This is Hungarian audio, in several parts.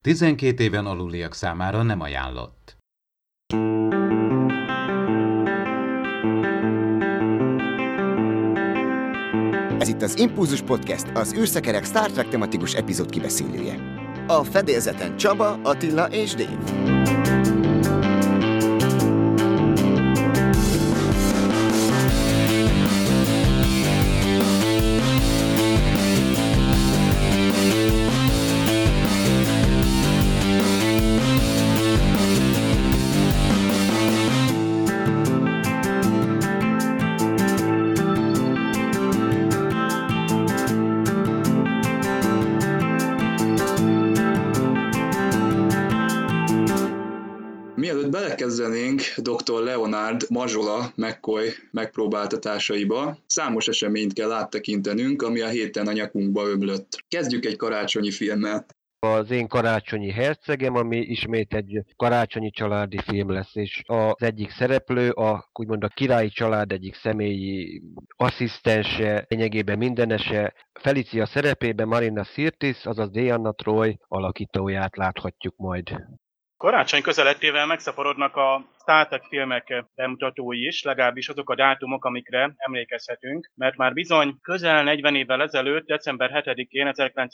12 éven aluliak számára nem ajánlott. Ez itt az Impulzus Podcast, az űrszekerek Star Trek tematikus epizód kibeszélője. A fedélzeten Csaba, Attila és Dave. Mielőtt belekezdenénk dr. Leonard Mazsola McCoy megpróbáltatásaiba, számos eseményt kell áttekintenünk, ami a héten a nyakunkba ömlött. Kezdjük egy karácsonyi filmmel. Az én karácsonyi hercegem, ami ismét egy karácsonyi családi film lesz, és az egyik szereplő, úgymond a királyi család egyik személyi asszisztense, lényegében mindenese, Felicia szerepében Marina Sirtis, azaz Deanna Troi alakítóját láthatjuk majd. Karácsony közelettével megszaporodnak a Star Trek filmek bemutatói is, legalábbis azok a dátumok, amikre emlékezhetünk, mert már bizony közel 40 évvel ezelőtt, december 7-én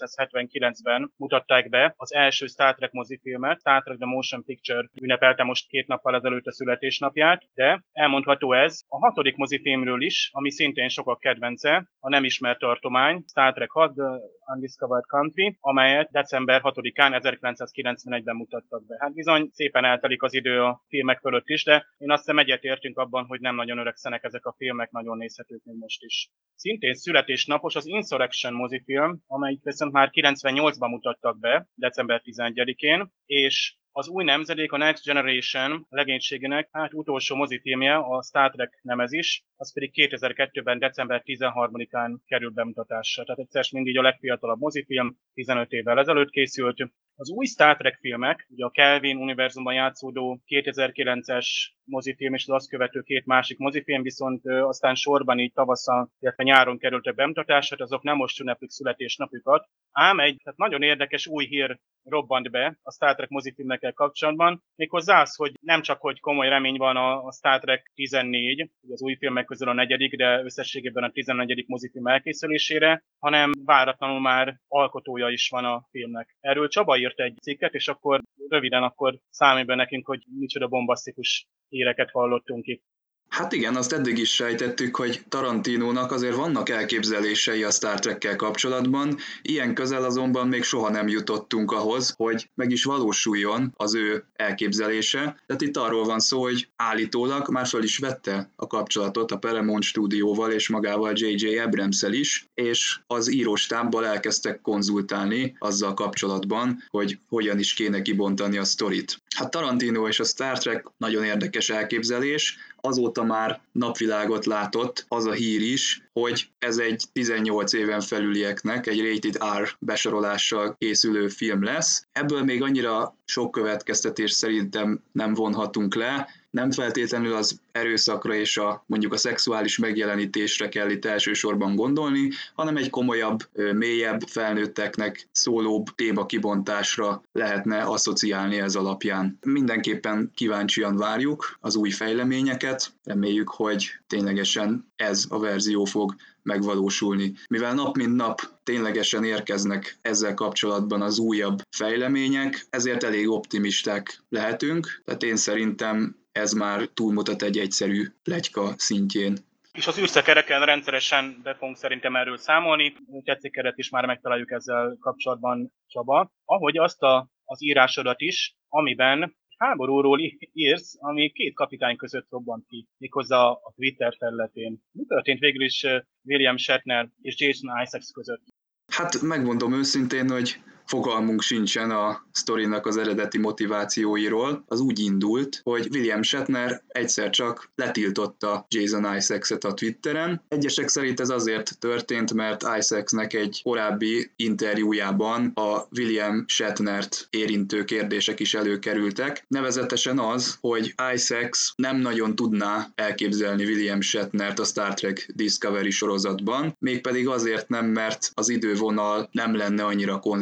1979-ben mutatták be az első Star Trek mozifilmet, Star Trek The Motion Picture ünnepelte most 2 nappal ezelőtt a születésnapját, de elmondható ez a 6. mozifilmről is, ami szintén sokak kedvence, a nem ismert tartomány, Star Trek 6, The Undiscovered Country, amelyet december 6-án 1991-ben mutattak be. Hát bizony szépen eltelik az idő a filmek fölött is, de én azt hiszem egyetértünk abban, hogy nem nagyon öregszenek ezek a filmek, nagyon nézhetők még most is. Szintén születésnapos az Insurrection mozifilm, amelyik viszont már 98-ban mutattak be, december 11-én, és az új nemzedék, a Next Generation legénységének utolsó mozifilmje, a Star Trek nemezis, az pedig 2002-ben december 13-án került bemutatásra. Tehát egyszer mindig a legfiatalabb mozifilm, 15 évvel ezelőtt készült. Az új Star Trek filmek, ugye a Kelvin univerzumban játszódó 2009-es mozifilm és az azt követő 2 másik mozifilm, viszont aztán sorban így tavasszal, illetve nyáron kerültek bemutatásra, azok nem most ünneplik születésnapjukat. Ám egy nagyon érdekes új hír robbant be a Star Trek mozifilmekkel kapcsolatban, méghozzá az, hogy nem csak hogy komoly remény van a Star Trek 14, az új filmek közül a 4., de összességében a 14. mozifilm elkészülésére, hanem váratlanul már alkotója is van a filmnek. Erről Csaba írt egy cikket, és akkor röviden akkor számolj be nekünk, hogy micsoda bombasztikus híreket hallottunk itt. Hát igen, azt eddig is sejtettük, hogy Tarantinónak azért vannak elképzelései a Star Trekkel kapcsolatban, ilyen közel azonban még soha nem jutottunk ahhoz, hogy meg is valósuljon az ő elképzelése. Tehát itt arról van szó, hogy állítólag már fel is vette a kapcsolatot a Paramount stúdióval és magával J.J. Abrams-szel is, és az íróstábbal elkezdtek konzultálni azzal kapcsolatban, hogy hogyan is kéne kibontani a sztorit. Hát Tarantino és a Star Trek nagyon érdekes elképzelés, azóta már napvilágot látott az a hír is, hogy ez egy 18 éven felülieknek egy rated R besorolással készülő film lesz. Ebből még annyira sok következtetést szerintem nem vonhatunk le, nem feltétlenül az erőszakra és mondjuk a szexuális megjelenítésre kell itt elsősorban gondolni, hanem egy komolyabb, mélyebb, felnőtteknek szólóbb témakibontásra lehetne asszociálni ez alapján. Mindenképpen kíváncsian várjuk az új fejleményeket, reméljük, hogy ténylegesen ez a verzió fog megvalósulni. Mivel nap mint nap ténylegesen érkeznek ezzel kapcsolatban az újabb fejlemények, ezért elég optimisták lehetünk, tehát én szerintem ez már túlmutat egy egyszerű pletyka szintjén. És az űrszekereken rendszeresen be fogunk szerintem erről számolni, tetszékedet is már megtaláljuk ezzel kapcsolatban, Csaba. Ahogy azt az írásodat is, amiben háborúról írsz, ami 2 kapitány között robbant ki, méghozzá a Twitter felületén. Mi történt végül is William Shatner és Jason Isaacs között? Hát megmondom őszintén, hogy fogalmunk sincsen a sztorinak az eredeti motivációiról. Az úgy indult, hogy William Shatner egyszer csak letiltotta Jason Isaacs-et a Twitteren. Egyesek szerint ez azért történt, mert Isaacsnek egy korábbi interjújában a William Shatnert érintő kérdések is előkerültek. Nevezetesen az, hogy Isaacs nem nagyon tudná elképzelni William Shatnert a Star Trek Discovery sorozatban, mégpedig azért nem, mert az idővonal nem lenne annyira konzisztens,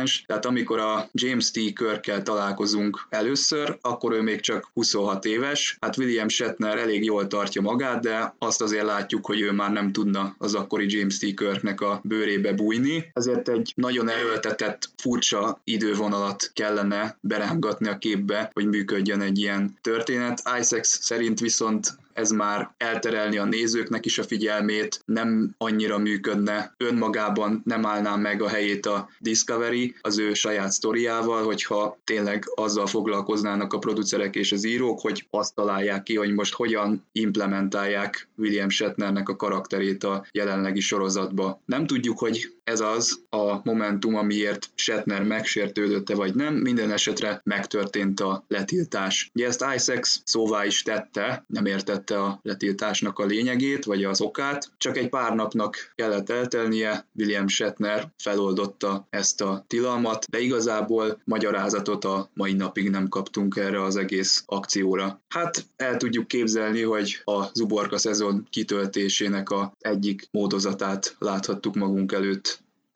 adoleszcens, tehát amikor a James T. Kirkkel találkozunk először, akkor ő még csak 26 éves, hát William Shatner elég jól tartja magát, de azt azért látjuk, hogy ő már nem tudna az akkori James T. Kirknek a bőrébe bújni, ezért egy nagyon erőltetett, furcsa idővonalat kellene berángatni a képbe, hogy működjön egy ilyen történet. Isaacs szerint viszont ez már elterelni a nézőknek is a figyelmét, nem annyira működne, önmagában nem állná meg a helyét a Discovery az ő saját sztoriával, hogyha tényleg azzal foglalkoznának a producerek és az írók, hogy azt találják ki, hogy most hogyan implementálják William Shatnernek a karakterét a jelenlegi sorozatba. Nem tudjuk, hogy ez az a momentum, amiért Shatner megsértődötte vagy nem, minden esetre megtörtént a letiltás. Ugye ezt Isaacs szóvá is tette, nem értette a letiltásnak a lényegét, vagy az okát, csak egy pár napnak kellett eltelnie, William Shatner feloldotta ezt a tilalmat, de igazából magyarázatot a mai napig nem kaptunk erre az egész akcióra. Hát el tudjuk képzelni, hogy a Zuborka szezon kitöltésének a egyik módozatát láthattuk magunk előtt.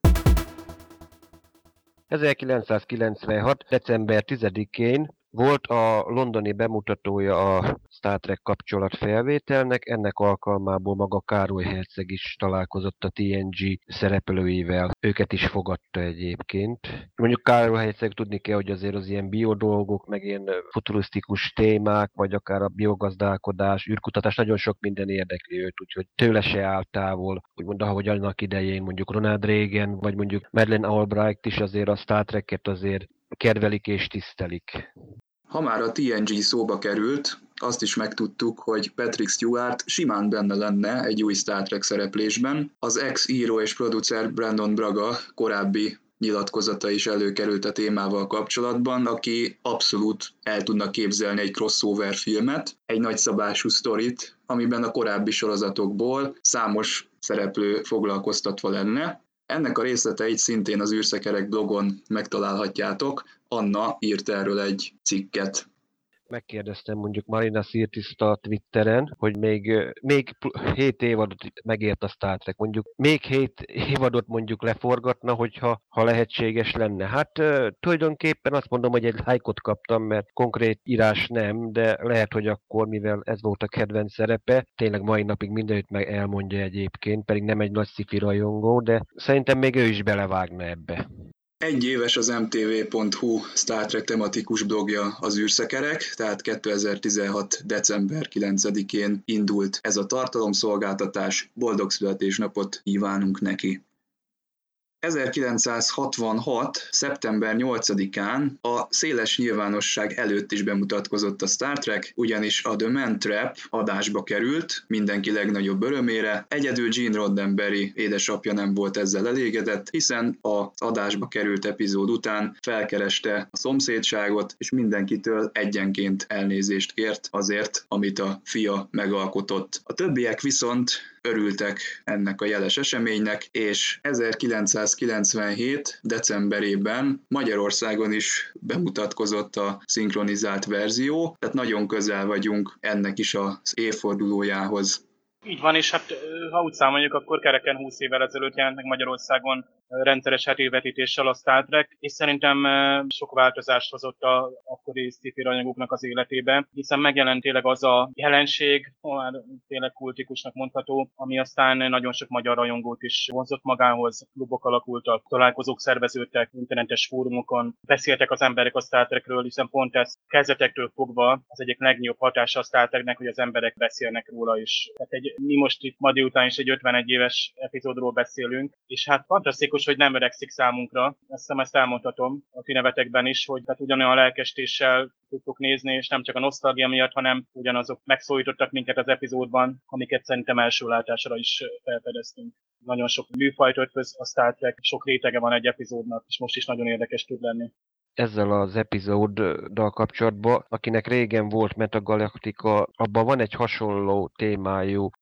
1996. december 10-én volt a londoni bemutatója a Star Trek kapcsolatfelvételnek, ennek alkalmából maga Károly herceg is találkozott a TNG szereplőivel. Őket is fogadta egyébként. Mondjuk Károly herceg tudni kell, hogy azért az ilyen biodolgok, meg ilyen futurisztikus témák, vagy akár a biogazdálkodás, űrkutatás, nagyon sok minden érdekli őt, úgyhogy tőle se áll távol. Úgymond, ahogy annak idején mondjuk Ronald Reagan, vagy mondjuk Madeleine Albright is azért a Star Trek-et azért kedvelik és tisztelik. Ha már a TNG szóba került, azt is megtudtuk, hogy Patrick Stewart simán benne lenne egy új Star Trek szereplésben. Az ex-író és producer Brandon Braga korábbi nyilatkozata is előkerült a témával kapcsolatban, aki abszolút el tudna képzelni egy crossover filmet, egy nagyszabású sztorit, amiben a korábbi sorozatokból számos szereplő foglalkoztatva lenne. Ennek a részleteit szintén az űrszekerek blogon megtalálhatjátok. Anna írt erről egy cikket. Megkérdeztem mondjuk Marina Sirtista a Twitteren, hogy még 7 évadot megért a Star Trek, mondjuk még 7 évadot mondjuk leforgatna, hogyha lehetséges lenne. Hát tulajdonképpen azt mondom, hogy egy lájkot kaptam, mert konkrét írás nem, de lehet, hogy akkor, mivel ez volt a kedvenc szerepe, tényleg mai napig mindenütt meg elmondja egyébként, pedig nem egy nagy sci-fi rajongó, de szerintem még ő is belevágna ebbe. Egy éves az mtv.hu Star Trek tematikus blogja az űrszekerek, tehát 2016. december 9-én indult ez a tartalomszolgáltatás, boldog születésnapot kívánunk neki. 1966. szeptember 8-án a széles nyilvánosság előtt is bemutatkozott a Star Trek, ugyanis a The Man Trap adásba került, mindenki legnagyobb örömére. Egyedül Gene Roddenberry édesapja nem volt ezzel elégedett, hiszen az adásba került epizód után felkereste a szomszédságot, és mindenkitől egyenként elnézést kért azért, amit a fia megalkotott. A többiek viszont örültek ennek a jeles eseménynek, és 1997. decemberében Magyarországon is bemutatkozott a szinkronizált verzió, tehát nagyon közel vagyunk ennek is az évfordulójához. Így van, és hát ha úgy számoljuk, akkor kereken 20 évvel ezelőtt jelent meg Magyarországon rendszeres hetévetítéssel a Star Trek, és szerintem sok változást hozott a akkori sci-fi rajongóknak az életébe, hiszen megjelent tényleg az a jelenség, már tényleg kultikusnak mondható, ami aztán nagyon sok magyar rajongót is vonzott magához, klubok alakultak, találkozók szerveződtek, internetes fórumokon, beszéltek az emberek a Star Trekről, hiszen pont ez kezdetektől fogva az egyik legnagyobb hatása a Star Treknek, hogy az emberek beszélnek róla is. Tehát mi most itt ma délután is egy 51 éves epizódról beszélünk, és hát fantasztikus, hogy nem öregszik számunkra. Ezt elmondhatom a ti nevetekben is, hogy hát ugyanolyan lelkestéssel tudtuk nézni, és nem csak a nosztalgia miatt, hanem ugyanazok megszólítottak minket az epizódban, amiket szerintem első látásra is felfedeztünk. Nagyon sok műfajt ötvöz a Star Trek, sok rétege van egy epizódnak, és most is nagyon érdekes tud lenni. Ezzel az epizóddal kapcsolatban, akinek régen volt Metagalactica, abban van egy hasonló témájú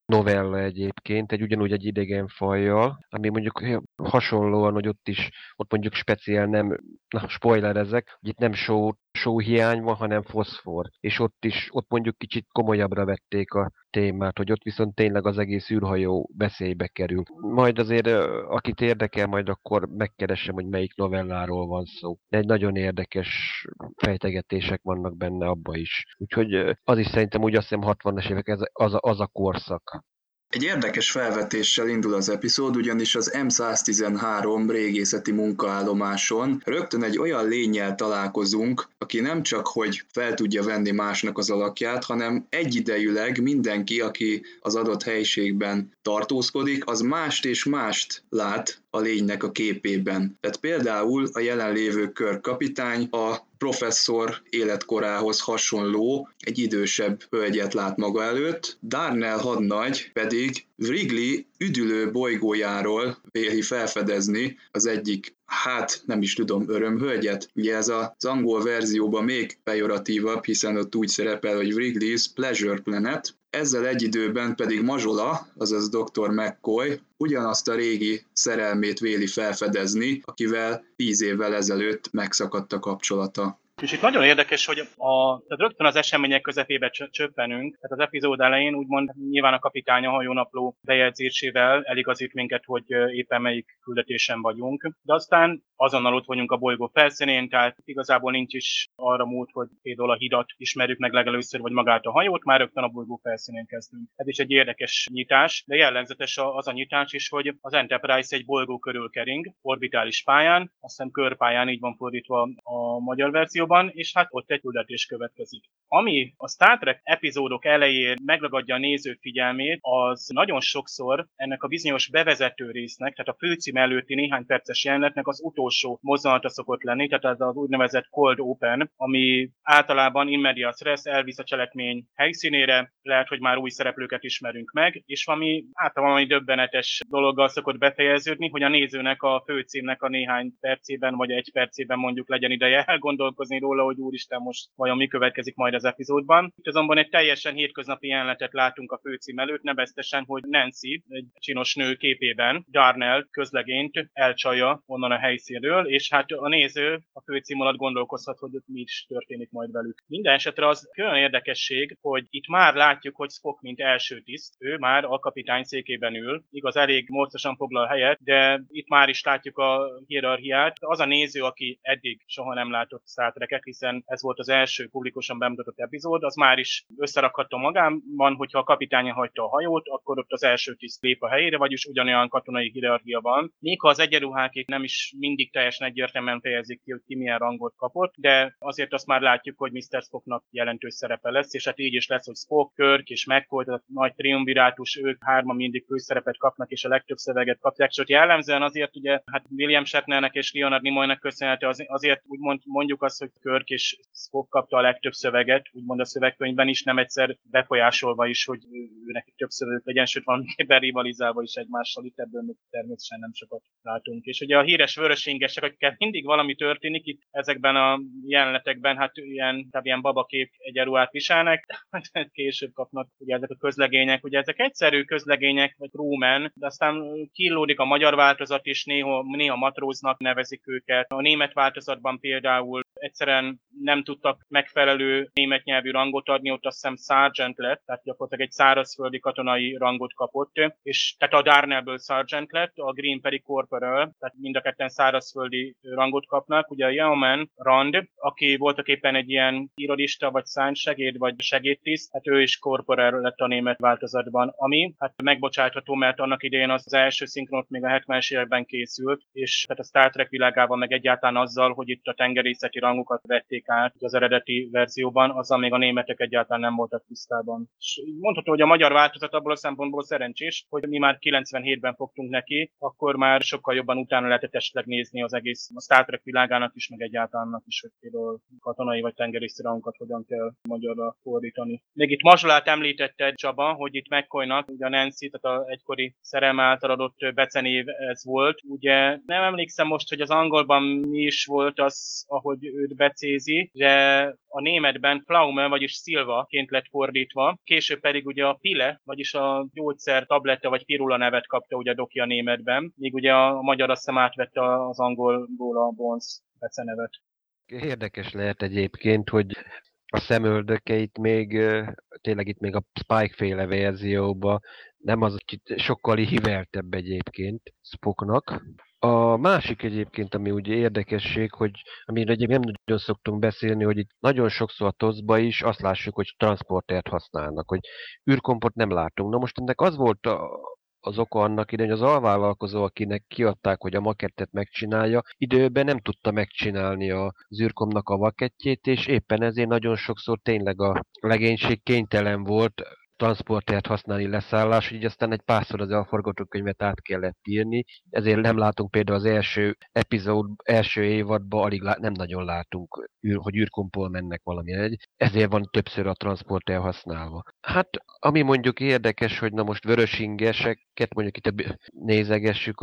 novella egyébként, ugyanúgy egy idegen fajjal, ami mondjuk hasonlóan, hogy ott mondjuk speciál nem, spoilerezek, hogy itt nem sóhiány van, hanem foszfor. És ott mondjuk kicsit komolyabbra vették a témát, hogy ott viszont tényleg az egész űrhajó veszélybe kerül. Majd azért, akit érdekel, majd akkor megkeresem, hogy melyik novelláról van szó. De egy nagyon érdekes fejtegetések vannak benne abba is. Úgyhogy az is szerintem úgy azt hiszem 60-as évek az a korszak. Egy érdekes felvetéssel indul az epizód, ugyanis az M113 régészeti munkaállomáson rögtön egy olyan lénnyel találkozunk, aki nem csak hogy fel tudja venni másnak az alakját, hanem egyidejűleg mindenki, aki az adott helyiségben tartózkodik, az mást és mást lát a lénynek a képében. Tehát például a jelenlévő körkapitány a professzor életkorához hasonló, egy idősebb hölgyet lát maga előtt, Darnell hadnagy pedig Wrigley üdülő bolygójáról véli felfedezni az egyik, nem is tudom, örömhölgyet. Ugye ez az angol verzióban még pejoratívabb, hiszen ott úgy szerepel, hogy Wrigley's Pleasure Planet. Ezzel egy időben pedig Mazsola, azaz Dr. McCoy, ugyanazt a régi szerelmét véli felfedezni, akivel 10 évvel ezelőtt megszakadt a kapcsolata. És itt nagyon érdekes, hogy tehát rögtön az események közepébe csöppenünk, tehát az epizód elején úgymond nyilván a kapitány a hajónapló bejegyzésével eligazít minket, hogy éppen melyik küldetésen vagyunk, de aztán azonnal ott vagyunk a bolygó felszínén, tehát igazából nincs is arra mód, hogy például a hidat ismerjük meg legelőször, vagy magát a hajót, már rögtön a bolygó felszínén kezdünk. Ez is egy érdekes nyitás, de jellegzetes az a nyitás is, hogy az Enterprise egy bolygó körül kering, orbitális pályán, azt hiszem körpályán, így van fordítva a magyar verzióban, és hát ott egy küldetés következik. Ami a Star Trek epizódok elején megragadja a néző figyelmét, az nagyon sokszor ennek a bizonyos bevezető résznek, tehát a főcím előtti néhány perces jelenetnek az utolsó mozzanata szokott lenni, tehát ez az úgynevezett cold open, ami általában in medias res elvisz a cselekmény helyszínére, lehet, hogy már új szereplőket ismerünk meg, és valami döbbenetes dologgal szokott befejeződni, hogy a nézőnek a főcímnek a néhány percében, vagy egy percében mondjuk legyen ideje elgondolkozni róla, hogy úristen, most vajon mi következik majd az epizódban. Itt azonban egy teljesen hétköznapi jelenetet látunk a főcím előtt, nevezetesen, hogy Nancy, egy csinos nő képében Darnell közlegényt elcsalja onnan a helyszínről, és hát a néző a főcím alatt gondolkozhat, hogy ott mi is történik majd velük. Minden esetre az külön érdekesség, hogy itt már látjuk, hogy Spock mint első tiszt, ő már a kapitány székében ül, igaz, elég morcosan foglal helyet, de itt már is látjuk a hierarchiát. Az a néző, aki eddig soha nem látott Star Trek-et, hiszen ez volt az első publikusan bemutatott epizód, az már is összerakhatta magában, hogyha a kapitány hagyta a hajót, akkor ott az első tiszt lép a helyére, vagyis ugyanolyan katonai hierarchia van. Még ha az egyenruhákék nem is mindig teljesen egyértelműen fejezik ki, hogy ki milyen rangot kapott, de azért azt már látjuk, hogy Mr. Spocknak jelentős szerepe lesz, és hát így is lesz, hogy Spock, Kirk és McCoy, tehát a nagy triumvirátus, ők hárman mindig főszerepet kapnak, és a legtöbb szöveget kapják, sőt jellemzően azért ugye, hát William Shatnernek és Leonard Nimoynak köszönhető azért úgy mondjuk azt, hogy Kirk és Spock kapta a legtöbb szöveget, úgymond a szövegkönyvben is, nem egyszer befolyásolva is, hogy őnek több szövegük legyen, sőt valamiképpen rivalizálva is egymással, itt ebből még természetesen nem sokat látunk. És ugye a híres vörösingesek, akikkel mindig valami történik, itt ezekben a jelenetekben, hát ilyen babakép egyenruhát viselnek, később kapnak ugye ezek a közlegények, ugye ezek egyszerű közlegények, vagy crewmen, de aztán killódik a magyar változat is, néha matróznak nevezik őket. A német változatban például egyszerűen nem tudtak megfelelő német nyelvű rangot adni, ott azt hiszem sergeant lett, tehát gyakorlatilag egy szárazföldi katonai rangot kapott, és tehát a Darnellből sergeant lett, a Green pedig corporal, tehát mind a ketten szárazföldi rangot kapnak. Ugye a Yeoman Rand, aki voltak éppen egy ilyen irodista, vagy szánysegéd, vagy segédtiszt, hát ő is corporal lett a német változatban, ami hát megbocsátható, mert annak idején az első szinkronot még a 70-es években készült, és tehát a Star Trek világában meg egyáltalán azzal, hogy itt a tengerészeti rangokat vették át az eredeti verzióban, azzal még a németek egyáltalán nem voltak tisztában. És mondható, hogy a magyar változat abból a szempontból szerencsés, hogy mi már 97-ben fogtunk neki, akkor már sokkal jobban utána lehetett esetleg nézni az egész a Star Trek világának is, meg egyáltalán is, hogy például katonai vagy tengerészi rangokat hogyan kell magyarra fordítani. Még itt Mazsolát említette Csaba, hogy itt McCoynak, ugye a Nancy, tehát az egykori szerelme által adott becenév ez volt. Ugye nem emlékszem most, hogy az angolban mi is volt az, ahogy őt becézik, nevezi, de a németben Pflaume, vagyis szilvaként lett fordítva, később pedig ugye a pile, vagyis a gyógyszer, tabletta vagy pirula nevet kapta ugye a doki a németben, míg ugye a magyar azt hiszem átvette az angolból a Bones becenevet. Érdekes lehet egyébként, hogy a szemöldökeit még tényleg itt még a Spike-féle verzióban nem az, hogy sokkal hiveltebb egyébként Spocknak. A másik egyébként, ami ugye érdekesség, hogy amiről egyébként nem nagyon szoktunk beszélni, hogy itt nagyon sokszor a TOS-ba is azt lássuk, hogy transportert használnak, hogy űrkompot nem látunk. Na most ennek az volt az oka annak idején, hogy az alvállalkozó, akinek kiadták, hogy a makettet megcsinálja, időben nem tudta megcsinálni az űrkomnak a makettjét, és éppen ezért nagyon sokszor tényleg a legénység kénytelen volt transportert használni leszállás, így aztán egy párszor az a forgatókönyvet át kellett írni, ezért nem látunk például az első epizód, első évadban alig nem nagyon látunk, hogy űrkompól mennek valami, ezért van többször a transporter használva. Hát, ami mondjuk érdekes, hogy na most vörösingeseket mondjuk itt nézegessük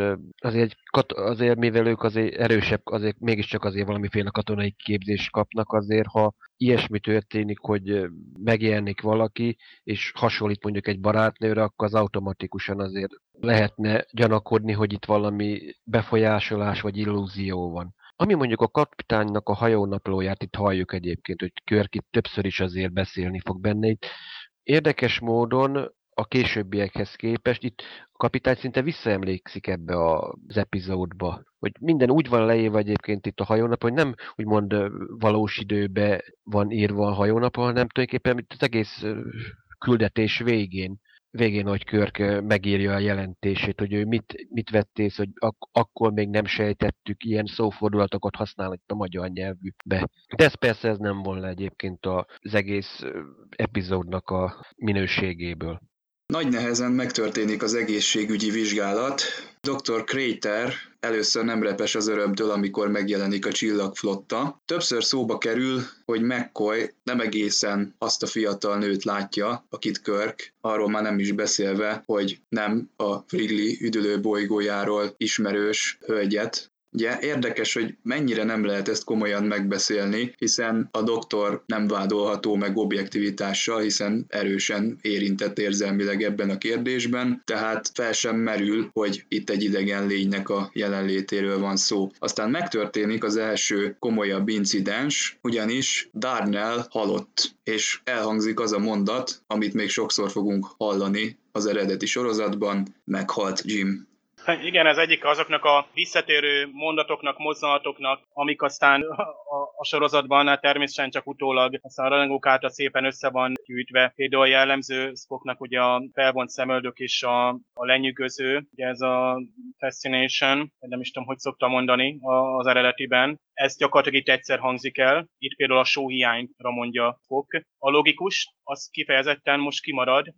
azért mivel ők azért erősebb, azért mégiscsak azért valamiféle katonai képzést kapnak, azért ha ilyesmi történik, hogy megjelenik valaki, és hasonlít mondjuk egy barátnőre, akkor az automatikusan azért lehetne gyanakodni, hogy itt valami befolyásolás vagy illúzió van. Ami mondjuk a kapitánynak a hajónaplóját itt halljuk egyébként, hogy Kirk itt többször is azért beszélni fog benne. Itt érdekes módon a későbbiekhez képest itt a kapitány szinte visszaemlékszik ebbe az epizódba. Hogy minden úgy van leírva egyébként itt a hajónap, hogy nem úgymond valós időben van írva a hajónap, hanem tulajdonképpen itt az egész küldetés végén, hogy Kirk megírja a jelentését, hogy ő mit vett ész, hogy akkor még nem sejtettük, ilyen szófordulatokat használ itt a magyar nyelvűbe. De ez persze ez nem von le egyébként az egész epizódnak a minőségéből. Nagy nehezen megtörténik az egészségügyi vizsgálat. Dr. Crater először nem repes az örömtől, amikor megjelenik a csillagflotta. Többször szóba kerül, hogy McCoy nem egészen azt a fiatal nőt látja, akit Kirk, arról már nem is beszélve, hogy nem a Wrigley üdülőbolygójáról ismerős hölgyet. Ugye érdekes, hogy mennyire nem lehet ezt komolyan megbeszélni, hiszen a doktor nem vádolható meg objektivitással, hiszen erősen érintett érzelmileg ebben a kérdésben, tehát fel sem merül, hogy itt egy idegen lénynek a jelenlétéről van szó. Aztán megtörténik az első komolyabb incidens, ugyanis Darnell halott, és elhangzik az a mondat, amit még sokszor fogunk hallani az eredeti sorozatban, meghalt Jim. Igen, ez egyik azoknak a visszatérő mondatoknak, mozzanatoknak, amik aztán a sorozatban hát természetesen csak utólag aztán a rajongók által szépen össze van gyűjtve. Például jellemző Spocknak ugye a felvont szemöldök és a lenyűgöző, ugye ez a fascination, nem is tudom, hogy szokta mondani az eredetiben. Ez gyakorlatilag itt egyszer hangzik el, itt például a sóhiányra mondja Spock. A logikus, az kifejezetten most kimarad,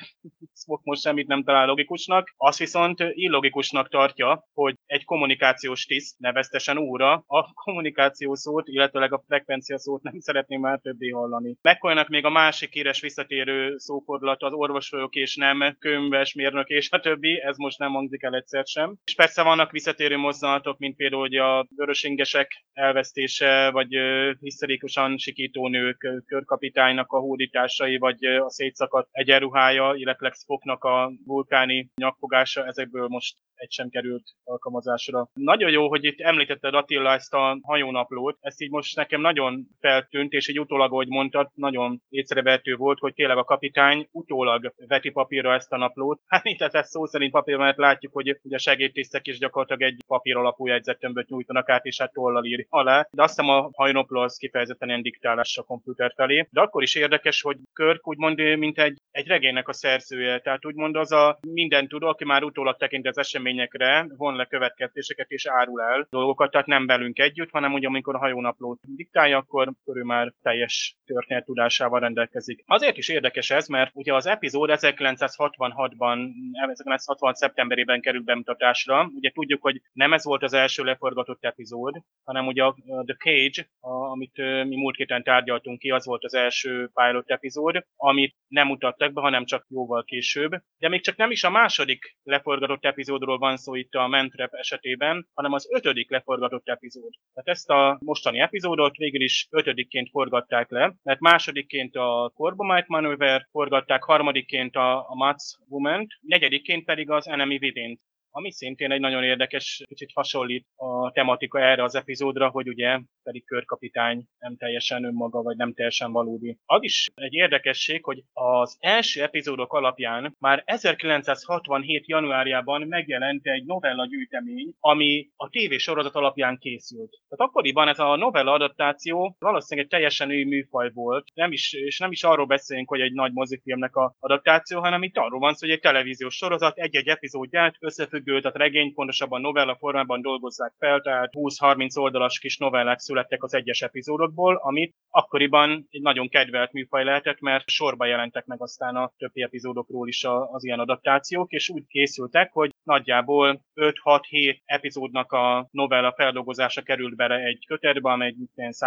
Spock most semmit nem talál logikusnak, azt viszont illogikusnak tartja, hogy egy kommunikációs tiszt, neveztesen óra, a kommunikáció szót, illetőleg a frekvencia szót nem szeretném már többé hallani. McCoynak még a másik híres visszatérő szófordulat az orvos vagyok és nem könyves, mérnök és a többi, ez most nem hangzik el egyszer sem. És persze vannak visszatérő mozzanatok, mint például hogy a vörösingesek elvesztése, vagy hiszterikusan sikító nők, körkapitánynak a hódításai, vagy a szétszakadt egyenruhája, illetve Spocknak a vulkáni nyakfogása, ezekből most egy sem került alkalmazásra. Nagyon jó, hogy itt említetted Attila ezt a hajónaplót, ezt így most nekem nagyon feltűnt, és így utólag, ahogy mondtad, nagyon észrevehető volt, hogy tényleg a kapitány utólag veti papírra ezt a naplót. Hát itt ez szó szerint papír, mert látjuk, hogy a segédtisztek is gyakorlatilag egy papír alapú jegyzettömböt nyújtanak át, és hát tollal ír alá. De azt hiszem a hajónapló az kifejezetten ilyen diktálás a komputer felé. De akkor is érdekes, hogy Kirk úgymond mint egy regénynek a szerzője, tehát úgymond az a minden tudó, aki már utólag tekint az eseményekre, von le következtetéseket és árul el dolgokat, tehát nem velünk együtt, hanem ugye amikor a hajónaplót diktálja, akkor ő már teljes történet tudásával rendelkezik. Azért is érdekes ez, mert ugye az epizód 1966-ban, 1966 szeptemberében került bemutatásra. Ugye tudjuk, hogy nem ez volt az első leforgatott epizód, hanem ugye a The Cage, amit mi múlt héten tárgyaltunk ki, az volt az első pilot epizód, amit nem mutattak be, hanem csak jóval később. De még csak nem is a második leforgatott epizódról van szó itt a Mentrep esetében, hanem az 5. leforgatott epizód. Tehát ezt a mostani epizódot végül is 5-ként forgatták le, mert másodikként a Corbomite Maneuver forgatták, harmadikként a Mats Woman-t, 4-ként pedig az Enemy Within, ami szintén egy nagyon érdekes, kicsit hasonlít a tematika erre az epizódra, hogy ugye pedig körkapitány nem teljesen önmaga, vagy nem teljesen valódi. Az is egy érdekesség, hogy az első epizódok alapján már 1967. januárjában megjelent egy novella gyűjtemény, ami a tévésorozat alapján készült. Tehát akkoriban ez a novella adaptáció valószínűleg egy teljesen új műfaj volt, és nem is arról beszélünk, hogy egy nagy mozifilmnek a adaptáció, hanem itt arról van szó, hogy egy televíziós sorozat egy-egy epizódját összefüggő, tehát regény, pontosabban novella formában dolgozzák fel, tehát 20-30 oldalas kis novellák születtek az egyes epizódokból, amit akkoriban egy nagyon kedvelt műfaj lehetett, mert sorba jelentek meg aztán a többi epizódokról is az ilyen adaptációk, és úgy készültek, hogy nagyjából 5-6-7 epizódnak a novella feldolgozása került bele egy kötetbe, amely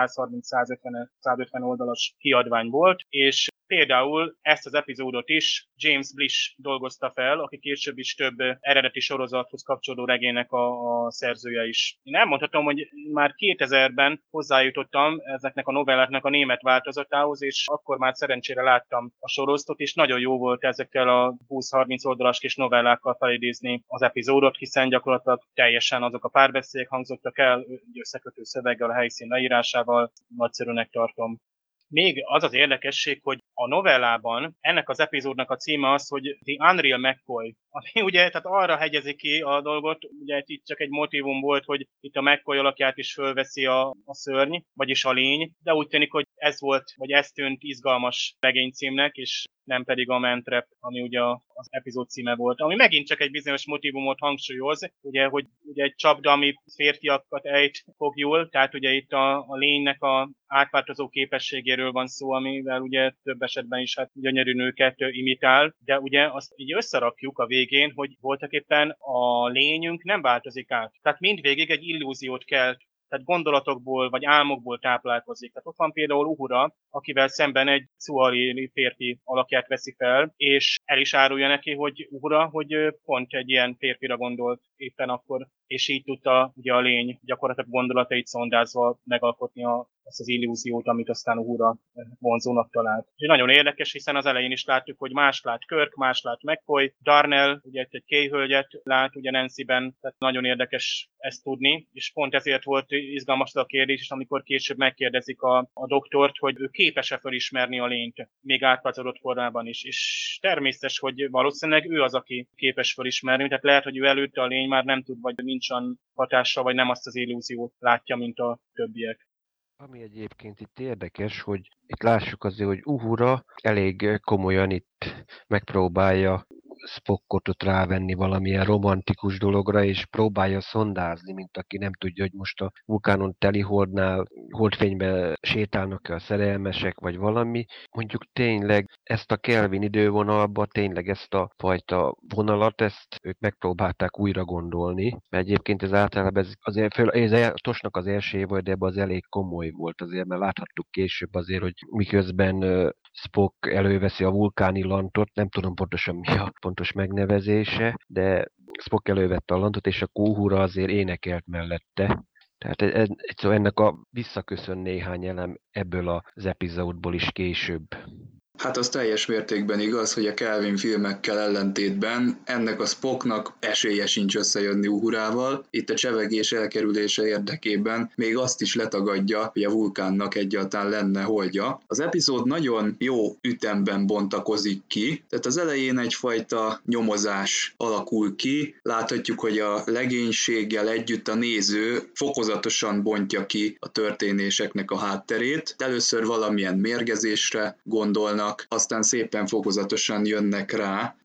130-150 oldalas kiadvány volt, és például ezt az epizódot is James Blish dolgozta fel, aki később is több eredeti sorozathoz kapcsolódó regénynek a szerzője is. Én elmondhatom, hogy már 2000-ben hozzájutottam ezeknek a novelláknak a német változatához, és akkor már szerencsére láttam a sorozatot, és nagyon jó volt ezekkel a 20-30 oldalas kis novellákkal felidézni az epizódot, hiszen gyakorlatilag teljesen azok a párbeszédek hangzottak el, összekötő szöveggel, a helyszín leírásával, nagyszerűnek tartom. Még az az érdekesség, hogy a novellában ennek az epizódnak a címe az, hogy The Unreal McCoy, ami ugye tehát arra hegyezi ki a dolgot, ugye itt csak egy motívum volt, hogy itt a McCoy alakját is fölveszi a szörny, vagyis a lény, de úgy tűnik, hogy ez volt, vagy ez tűnt izgalmas regénycímnek, és nem pedig a Mentrep, ami ugye az epizód címe volt. Ami megint csak egy bizonyos motívumot hangsúlyoz, ugye, hogy ugye egy csapda, ami férfiakat ejt fogjul, tehát ugye itt a lénynek a átváltozó képességéről van szó, amivel ugye több esetben is hát gyönyörű nőket imitál, de ugye azt így összerakjuk a végén, hogy voltaképpen a lényünk nem változik át. Tehát mindvégig egy illúziót kelt, tehát gondolatokból vagy álmokból táplálkozik. Tehát ott van például Uhura, akivel szemben egy szuahili férfi alakját veszi fel, és el is árulja neki, hogy Uhura, hogy pont egy ilyen férfira gondolt éppen akkor, és így tudta ugye a lény gyakorlatilag gondolatait szondázva megalkotni azt az illúziót, amit aztán Uhura vonzónak talált. És nagyon érdekes, hiszen az elején is láttuk, hogy más lát Kirk, más lát McCoy, Darnell, ugye egy Kay-hölgyet lát, ugye Nancy-ben, tehát nagyon érdekes ezt tudni, és pont ezért volt izgalmas a kérdés, és amikor később megkérdezik a doktort, hogy ő képes-e felismerni a lényt, még átváltozott formában is. És természetes, hogy valószínűleg ő az, aki képes felismerni, tehát lehet, hogy ő előtte a lény már nem tud, vagy nincs olyan hatással, vagy nem azt az illúziót látja, mint a többiek. Ami egyébként itt érdekes, hogy itt lássuk azért, hogy Uhura elég komolyan itt megpróbálja Spockot ott rávenni valamilyen romantikus dologra, és próbálja szondázni, mint aki nem tudja, hogy most a vulkánon teli holdfényben sétálnak-e a szerelmesek, vagy valami. Mondjuk tényleg ezt a Kelvin idővonalba, tényleg ezt a fajta vonalat, ezt ők megpróbálták újra gondolni, mert egyébként ez általában ez Tosnak az első évad, de ebben az elég komoly volt azért, mert láthattuk később azért, hogy miközben Spock előveszi a vulkáni lantot, nem tudom pontosan mi a pontos megnevezése, de Spock elővette a lantot, és a Uhura azért énekelt mellette. Tehát szóval ennek visszaköszön néhány elem ebből az epizódból is később. Hát az teljes mértékben igaz, hogy a Kelvin filmekkel ellentétben ennek a Spocknak esélye sincs összejönni Uhurával. Itt a csevegés elkerülése érdekében még azt is letagadja, hogy a vulkánnak egyáltalán lenne holdja. Az epizód nagyon jó ütemben bontakozik ki, tehát az elején egyfajta nyomozás alakul ki. Láthatjuk, hogy a legénységgel együtt a néző fokozatosan bontja ki a történéseknek a hátterét. Először valamilyen mérgezésre gondolnak, aztán szépen fokozatosan jönnek rá,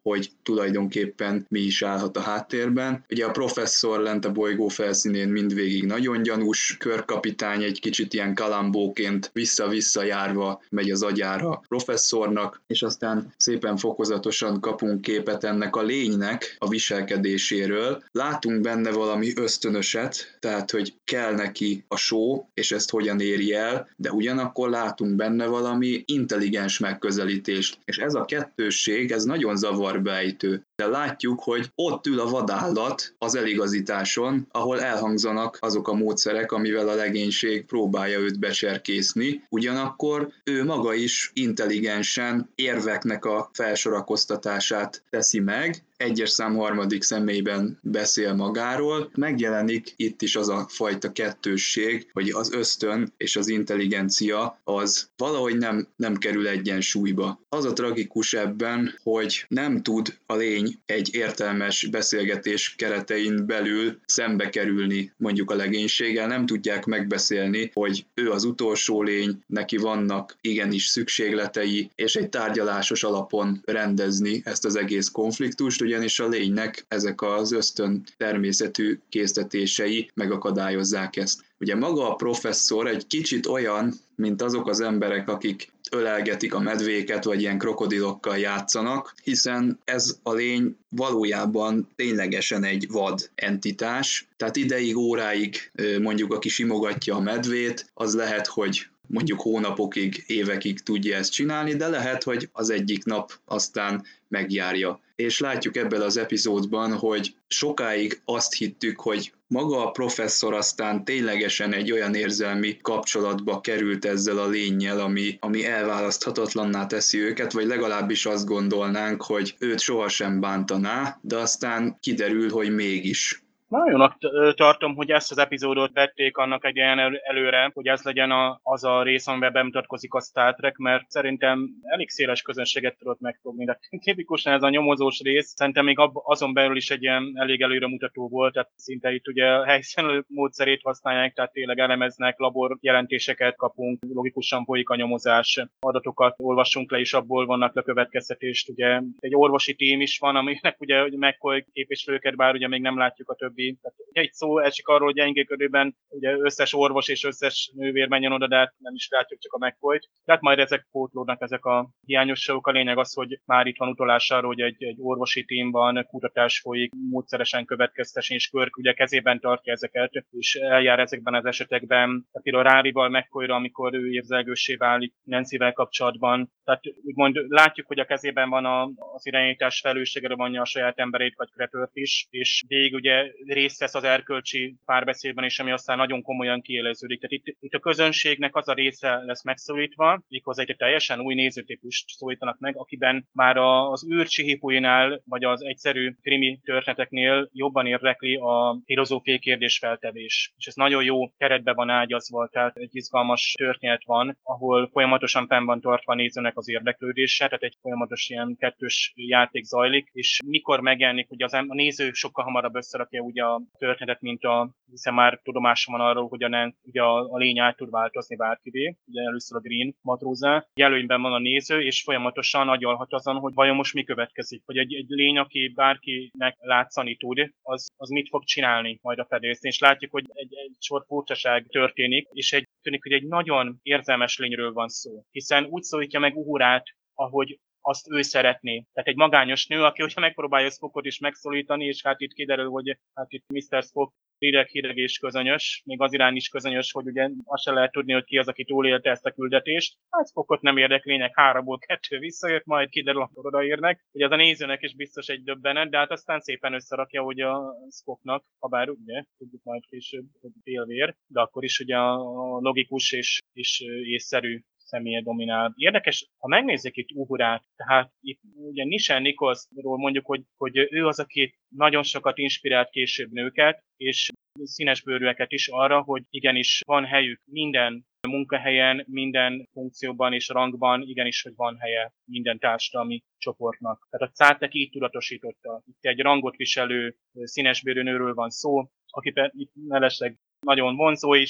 hogy tulajdonképpen mi is állhat a háttérben. Ugye a professzor lent a bolygó felszínén mindvégig nagyon gyanús, körkapitány egy kicsit ilyen kalambóként vissza-vissza járva megy az agyára a professzornak, és aztán szépen fokozatosan kapunk képet ennek a lénynek a viselkedéséről. Látunk benne valami ösztönöset, tehát hogy kell neki a só, és ezt hogyan éri el, de ugyanakkor látunk benne valami intelligens megközelítést. És ez a kettősség, ez nagyon zavarbejtő. De látjuk, hogy ott ül a vadállat az eligazításon, ahol elhangzanak azok a módszerek, amivel a legénység próbálja őt becserkészni. Ugyanakkor ő maga is intelligensen érveknek a felsorakoztatását teszi meg, egyes szám harmadik személyben beszél magáról. Megjelenik itt is az a fajta kettősség, hogy az ösztön és az intelligencia az valahogy nem kerül egyensúlyba. Az a tragikus ebben, hogy nem tud a lény egy értelmes beszélgetés keretein belül szembe kerülni mondjuk a legénységgel, nem tudják megbeszélni, hogy ő az utolsó lény, neki vannak igenis szükségletei, és egy tárgyalásos alapon rendezni ezt az egész konfliktust, ugyanis a lénynek ezek az ösztön természetű késztetései megakadályozzák ezt. Ugye maga a professzor egy kicsit olyan, mint azok az emberek, akik ölelgetik a medvéket, vagy ilyen krokodilokkal játszanak, hiszen ez a lény valójában ténylegesen egy vad entitás, tehát ideig, óráig mondjuk aki simogatja a medvét, az lehet, hogy mondjuk hónapokig, évekig tudja ezt csinálni, de lehet, hogy az egyik nap aztán megjárja. És látjuk ebben az epizódban, hogy sokáig azt hittük, hogy maga a professzor aztán ténylegesen egy olyan érzelmi kapcsolatba került ezzel a lénnyel, ami elválaszthatatlanná teszi őket, vagy legalábbis azt gondolnánk, hogy őt sohasem bántaná, de aztán kiderül, hogy mégis. Nagyon tartom, hogy ezt az epizódot vették annak egy ilyen előre, hogy ez legyen az a rész, amiben bemutatkozik a Star Trek, mert szerintem elég széles közönséget tudott megfogni. De tipikusan ez a nyomozós rész, szerintem még azon belül is egy ilyen elég előremutató volt, tehát szinte itt ugye a helyszínelő módszerét használják, tehát tényleg elemeznek, labor jelentéseket kapunk, logikusan folyik a nyomozás, adatokat olvassunk le, és abból vannak le következtetést. Ugye egy orvosi tím is van, aminek ugye McCoy képviselőket, bár ugye még nem látjuk a többi. Tehát, egy szó esik arról, hogy gyengéködőben ugye összes orvos és összes nővér menjen oda, de hát nem is látjuk csak a McCoyt. Tehát majd ezek pótlódnak, ezek a hiányosságok. A lényeg az, hogy már itt van utalás arra, hogy egy orvosi tímban kutatás folyik, módszeresen következtetés, és Kirk ugye kezében tartja ezeket, és eljár ezekben az esetekben. Tehát például Rárival, McCoyra, amikor ő érzelgőssé válik Nancyvel kapcsolatban. Tehát úgymond látjuk, hogy a kezében van az irányítás felelősségre vonja a saját emberét, vagy Kretört is, és végig ugye részt vesz az erkölcsi párbeszédben is, ami aztán nagyon komolyan kiéleződik. Tehát itt a közönségnek az a része lesz megszólítva, méghozzá egy teljesen új nézőtípust szólítanak meg, akiben már az űrcsihipuinál, vagy az egyszerű krimi történeteknél jobban érdekli a filozófiai kérdésfeltevés. És ez nagyon jó keretbe van ágyazva, tehát egy izgalmas történet van, ahol folyamatosan fenn van tartva a nézőnek az érdeklődése, tehát egy folyamatos ilyen kettős játék zajlik, és mikor megjelenik, hogy a néző sokkal hamarabb összerakja ugye a történetet, hiszen már tudomásom van arról, hogy a lény át tud változni bárkivé, ugye először a Green matrózá, előnyben van a néző, és folyamatosan agyalhat azon, hogy vajon most mi következik, hogy egy lény, aki bárkinek látszani tud, az mit fog csinálni majd a fedélzeten, és látjuk, hogy egy sor furcsaság történik, és tűnik, hogy egy nagyon érzelmes lényről van szó, hiszen úgy szólítja meg Uhurát, ahogy azt ő szeretné. Tehát egy magányos nő, aki ugye megpróbálja Spockot is megszólítani, és hát itt kiderül, hogy hát itt Mr. Spock hideg és közönyös, még az irány is közönyös, hogy ugye azt se lehet tudni, hogy ki az, aki túlélte ezt a küldetést. Hát Spockot nem érdekli, lényeg 3-ból 2 visszajött, majd kiderül, akkor odaérnek. Ugye az a nézőnek is biztos egy döbbenet, de hát aztán szépen összerakja, hogy a Spocknak, ha bár ugye, tudjuk majd később, hogy félvér, de akkor is ugye a logikus és észszerű személye dominál. Érdekes, ha megnézzük itt Uhurát, tehát itt ugye Nichelle Nicholsról mondjuk, hogy ő az, aki nagyon sokat inspirált később nőket, és színesbőrűeket is arra, hogy igenis van helyük minden munkahelyen, minden funkcióban és rangban, igenis, hogy van helye minden társadalmi csoportnak. Tehát a Star Trek így tudatosította. Itt egy rangot viselő színesbőrű nőről van szó, aki itt mellesleg nagyon vonzó is,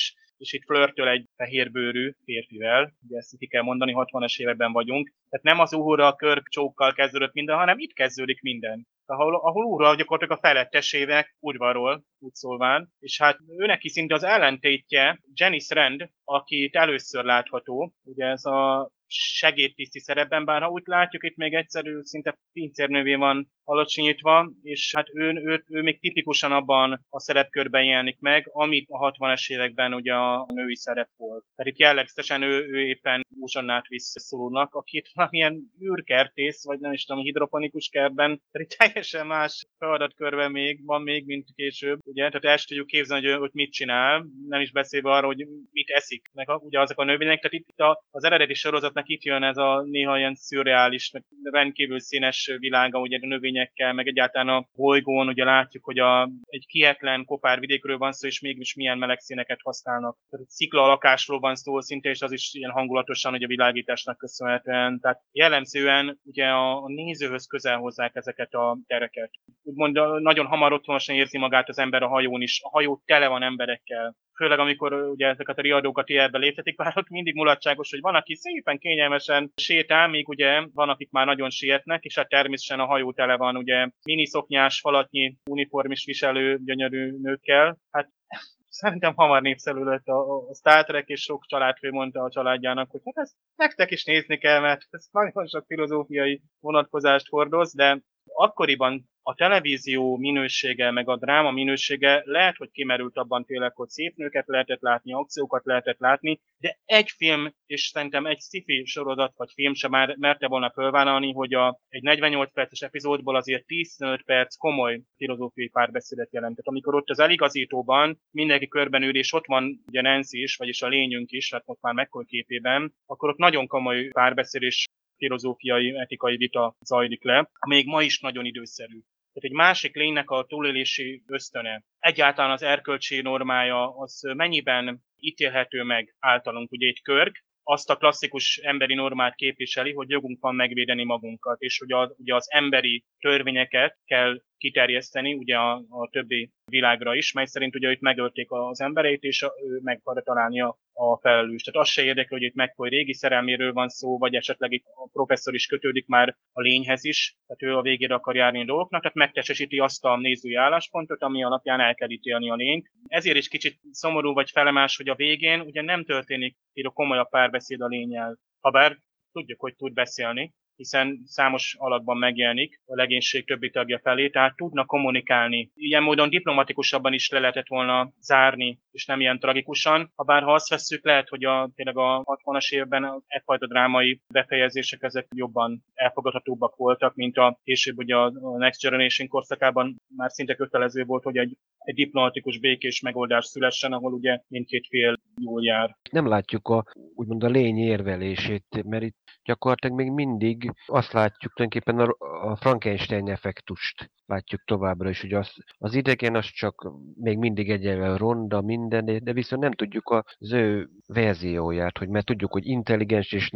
és itt flörtöl egy fehérbőrű férfivel, ugye ezt ki kell mondani, 60-as években vagyunk. Tehát nem az Uhura Kirk csókkal kezdődött minden, hanem itt kezdődik minden. Ahol Uhura gyakorlatilag a felettesével udvarról, úgy szólván, és hát őneki szinte az ellentétje Janice Rand, akit először látható, ugye ez a segédtiszti szerepben, bár ha úgy látjuk, itt még egyszerű, szinte pincérnővé van alacsonyítva, és hát ő még tipikusan abban a szerepkörben jelenik meg, amit a 60-es években ugye a női szerep volt. Tehát itt jellegzetesen ő éppen Uzsannát visz Sulunak, akit valamilyen űrkertész, vagy nem is tudom, hidroponikus kertben, tehát itt teljesen más feladatkörben van még, mint később. Ugye, tehát el tudjuk képzelni, hogy mit csinál, nem is beszélve arról, hogy mit eszik, meg ugye azok a növények. Tehát itt az eredeti sorozatnak itt jön ez a néha ilyen szürreális, meg rendkívül színes világa, ugye a növényekkel, meg egyáltalán a bolygón, ugye látjuk, hogy egy kietlen kopár vidékről van szó, és mégis milyen meleg színeket használnak. Tehát szikla lakásról van szó szinte, és az is ilyen hangulatosan, hogy a világításnak köszönhetően. Tehát jellemzően ugye a nézőhöz közel hozzák ezeket a tereket. Úgymond nagyon hamar otthonosan érzi magát az ember a hajón is. A hajó tele van emberekkel. Főleg amikor ugye ezeket a riadókat ilyenbe léptetik, bár ott mindig mulatságos, hogy van, aki szépen kényelmesen sétál, míg ugye van, akik már nagyon sietnek, és hát természetesen a hajó tele van ugye miniszoknyás, falatnyi uniformis viselő gyönyörű nőkkel. Hát szerintem hamar népszerű lett a Star Trek, és sok családfő mondta a családjának, hogy hát ezt nektek is nézni kell, mert ez nagyon sok filozófiai vonatkozást hordoz, de akkoriban a televízió minősége, meg a dráma minősége lehet, hogy kimerült abban tényleg, hogy szép nőket lehetett látni, akciókat lehetett látni, de egy film, és szerintem egy sci-fi sorozat vagy film sem már merte volna fölvállalni, hogy egy 48 perces epizódból azért 15 perc komoly filozófiai párbeszédet jelentett. Amikor ott az eligazítóban mindenki körben ül, és ott van ugye Nancy is, vagyis a lényünk is, hát most már McCoy képében, akkor ott nagyon komoly párbeszéd és filozófiai, etikai vita zajlik le, még ma is nagyon időszerű. Tehát egy másik lénynek a túlélési ösztöne, egyáltalán az erkölcsi normája, az mennyiben ítélhető meg általunk, ugye egy Kirk, azt a klasszikus emberi normát képviseli, hogy jogunk van megvédeni magunkat, és ugye az emberi törvényeket kell kiterjeszteni ugye a többi világra is, mely szerint ugye itt megölték az embereit, és ő meg akarja találni a felelőst. Tehát az se érdekel, hogy itt McCoy régi szerelméről van szó, vagy esetleg itt a professzor is kötődik már a lényhez is, tehát ő a végére akar járni a dolgoknak, tehát megtestesíti azt a nézői álláspontot, ami alapján el kell ítélni a lényt. Ezért is kicsit szomorú vagy felemás, hogy a végén ugye nem történik komolyabb párbeszéd a lénnyel. Habár tudjuk, hogy tud beszélni, hiszen számos alakban megjelenik a legénység többi tagja felé, tehát tudnak kommunikálni. Ilyen módon diplomatikusabban is le lehetett volna zárni, és nem ilyen tragikusan. Habár ha azt vesszük, lehet, hogy tényleg a 60-as évben egyfajta drámai befejezések ezek jobban elfogadhatóbbak voltak, mint a később ugye a Next Generation korszakában már szinte kötelező volt, hogy egy diplomatikus békés megoldás szülessen, ahol ugye mindkét fél jól jár. Nem látjuk úgymond a lény érvelését, mert itt gyakorlatilag még mindig azt látjuk tulajdonképpen a Frankenstein effektust látjuk továbbra is, hogy az idegen az csak még mindig egyenlően ronda minden, de viszont nem tudjuk az ő verzióját, hogy tudjuk, hogy intelligens és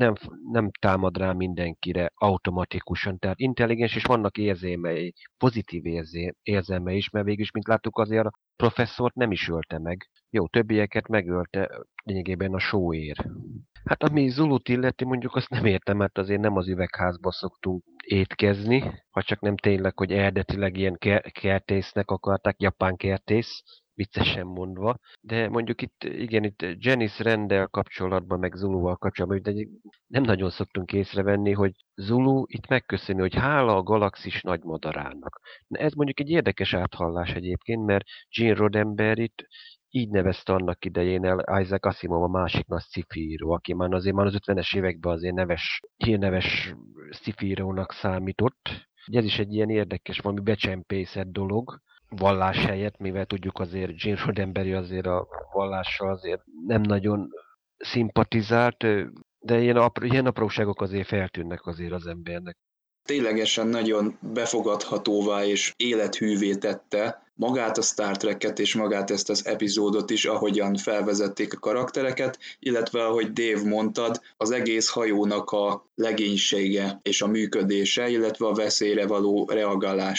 nem támad rá mindenkire automatikusan, tehát intelligens és vannak érzelmei, pozitív érzelmei is, mert végülis, mint láttuk, azért a professzort nem is ölte meg. Jó, többieket megölte lényegében a sóér. Hát ami Zulut illeti, mondjuk azt nem értem, mert azért nem az üvegházba szoktunk étkezni, ha csak nem tényleg, hogy eredetileg ilyen kertésznek akarták, japán kertész, viccesen mondva. De mondjuk itt Janice Randdel kapcsolatban, meg Zuluval kapcsolatban, de nem nagyon szoktunk észrevenni, hogy Zulu itt megköszöni, hogy hála a galaxis nagymadarának. Ez mondjuk egy érdekes áthallás egyébként, mert Gene Roddenberryt így nevezte annak idején el Isaac Asimov, a másik nagy sci-fi író, aki már az 50-es években azért hírneves sci-fi írónak számított. Ez is egy ilyen érdekes, valami becsempészett dolog, vallás helyett, mivel tudjuk azért Gene Roddenberry azért a vallással azért nem nagyon szimpatizált, de ilyen apróságok azért feltűnnek azért az embernek. Ténylegesen nagyon befogadhatóvá és élethűvé tette magát a Star Trek-et és magát ezt az epizódot is, ahogyan felvezették a karaktereket, illetve ahogy Dave mondtad, az egész hajónak a legénysége és a működése, illetve a veszélyre való reagálása.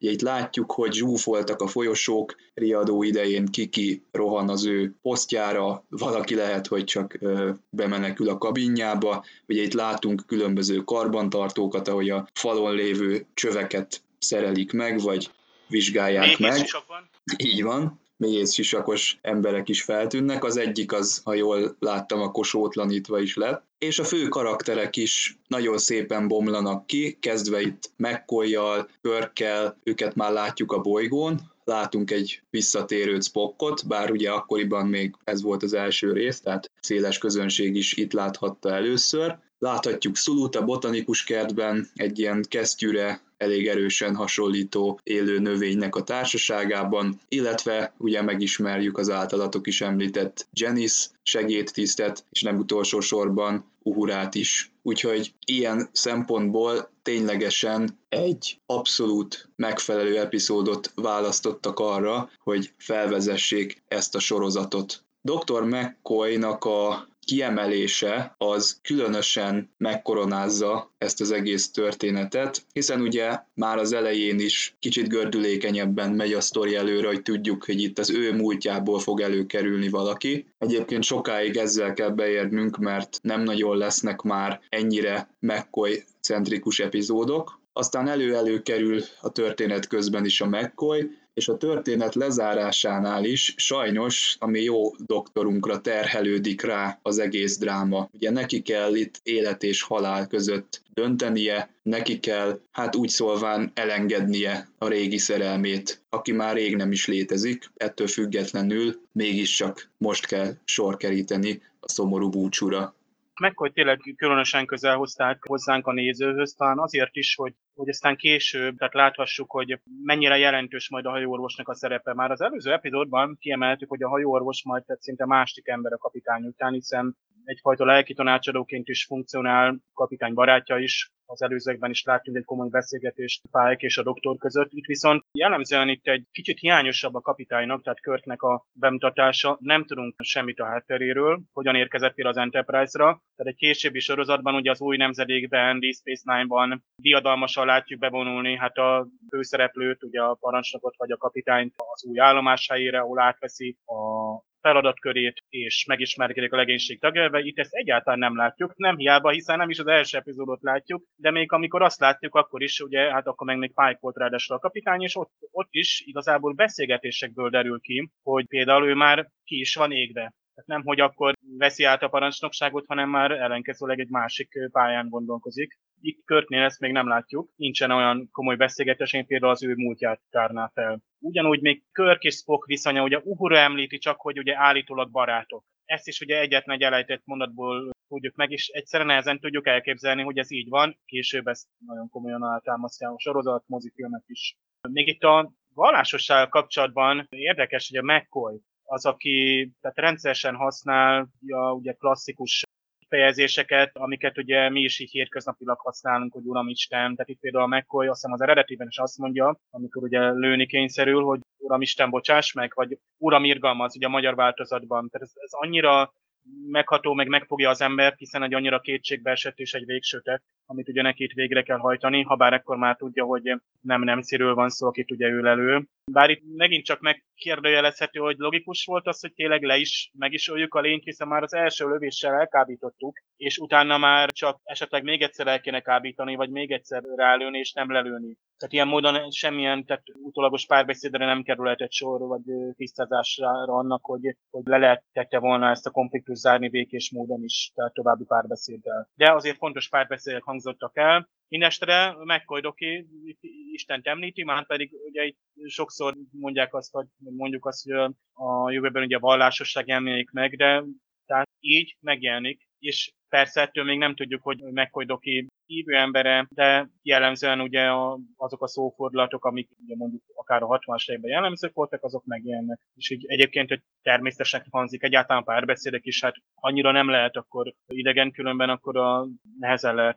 Ugye itt látjuk, hogy zsúfoltak a folyosók, riadó idején ki rohan az ő posztjára, valaki lehet, hogy csak bemenekül a kabinjába. Ugye itt látunk különböző karbantartókat, ahogy a falon lévő csöveket szerelik meg, vagy vizsgálják meg. Méhészsisakban. Így van. Méhészsisakos emberek is feltűnnek, az egyik az, ha jól láttam, a kosótlanítva is lett, és a fő karakterek is nagyon szépen bomlanak ki, kezdve itt McCoy-jal, Kirkkel, őket már látjuk a bolygón, látunk egy visszatérő Spockot, bár ugye akkoriban még ez volt az első rész, tehát széles közönség is itt láthatta először. Láthatjuk Sulut a botanikus kertben, egy ilyen kesztyűre elég erősen hasonlító élő növénynek a társaságában, illetve ugye megismerjük az általatok is említett Janice segédtisztet, és nem utolsó sorban Uhurát is. Úgyhogy ilyen szempontból ténylegesen egy abszolút megfelelő epizódot választottak arra, hogy felvezessék ezt a sorozatot. Dr. McCoy-nak a kiemelése az különösen megkoronázza ezt az egész történetet, hiszen ugye már az elején is kicsit gördülékenyebben megy a sztori előre, hogy tudjuk, hogy itt az ő múltjából fog előkerülni valaki. Egyébként sokáig ezzel kell beérnünk, mert nem nagyon lesznek már ennyire McCoy-centrikus epizódok. Aztán előkerül a történet közben is a McCoy, és a történet lezárásánál is sajnos a mi jó doktorunkra terhelődik rá az egész dráma. Ugye neki kell itt élet és halál között döntenie, neki kell, hát úgy szólván elengednie a régi szerelmét, aki már rég nem is létezik, ettől függetlenül mégiscsak most kell sor keríteni a szomorú búcsúra. McCoy tényleg különösen közel hozták hozzánk a nézőhöz, talán azért is, hogy aztán később, tehát láthassuk, hogy mennyire jelentős majd a hajóorvosnak a szerepe. Már az előző epizódban kiemeltük, hogy a hajóorvos majd szinte másik ember a kapitány után, hiszen egyfajta lelki tanácsadóként is funkcionál, kapitány barátja is. Az előzőkben is láttunk egy komoly beszélgetést Pike és a doktor között. Itt viszont jellemzően itt egy kicsit hiányosabb a kapitánynak, tehát Kirknek a bemutatása. Nem tudunk semmit a hátteréről, hogyan érkezett például az Enterprise-ra. Tehát egy későbbi sorozatban, ugye az új nemzedékben, Deep Space Nine-ban diadalmasan látjuk bevonulni hát a főszereplőt, ugye a parancsnokot vagy a kapitányt az új állomás helyére, ahol átveszi a feladatkörét, és megismerkedik a legénység tagjával. Itt ezt egyáltalán nem látjuk, nem hiába, hiszen nem is az első epizódot látjuk, de még amikor azt látjuk, akkor is, ugye, hát akkor meg még Pike volt ráadásul a kapitány, és ott is igazából beszélgetésekből derül ki, hogy például ő már ki is van égve. Tehát nem, hogy akkor veszi át a parancsnokságot, hanem már ellenkezőleg egy másik pályán gondolkozik. Itt Kirknél ezt még nem látjuk, nincsen olyan komoly beszélgetés, én például az ő múltját tárná fel. Ugyanúgy még Kirk és Spock viszonya, ugye Uhura említi csak, hogy ugye állítólag barátok. Ezt is ugye egyetlen egy elejtett mondatból tudjuk meg, és egyszerűen nehezen tudjuk elképzelni, hogy ez így van. Később ezt nagyon komolyan alátámasztja a sorozat, mozifilmek is. Még itt a vallásossággal kapcsolatban érdekes, hogy a McCoy az, aki tehát rendszeresen használja ugye klasszikus fejezéseket, amiket ugye mi is így hétköznapilag használunk, hogy Uramisten. Tehát itt például a McCoy azt hiszem az eredetiben is azt mondja, amikor ugye lőni kényszerül, hogy Uramisten, bocsáss meg, vagy Uram irgalmaz, ugye a magyar változatban. Tehát ez annyira megható, meg megfogja az embert, hiszen egy annyira kétségbe esett és egy végső tett, amit ugye neki itt végre kell hajtani, habár ekkor már tudja, hogy nem Cyril van szó, akit ugye ül elő. Bár itt megint csak megkérdőjelezhető, hogy logikus volt az, hogy tényleg meg is öljük a lényt, hiszen már az első lövéssel elkábítottuk, és utána már csak esetleg még egyszer el kéne kábítani, vagy még egyszer rálőni, és nem lelőni. Tehát ilyen módon semmilyen utólagos párbeszédre nem kerülhetett sor, vagy tisztázásra annak, hogy le lehetette volna ezt a konfliktust zárni békés módon is, tehát további párbeszéddel. De azért fontos párbeszédek hangzottak el. Mindestre McCoy Doki Istent említi, már pedig ugye itt sokszor mondjuk azt, hogy a jövőben ugye a vallásosság jelenik meg, de tehát így megjelenik, és persze ettől még nem tudjuk, hogy McCoy Doki hívő embere, de jellemzően ugye azok a szófordulatok, amik ugye mondjuk akár a 60-as években jellemzők voltak, azok megjelennek. És így egyébként, hogy természetesen hangzik egyáltalán párbeszédek is, hát annyira nem lehet akkor idegen, különben akkor nehezen lehetne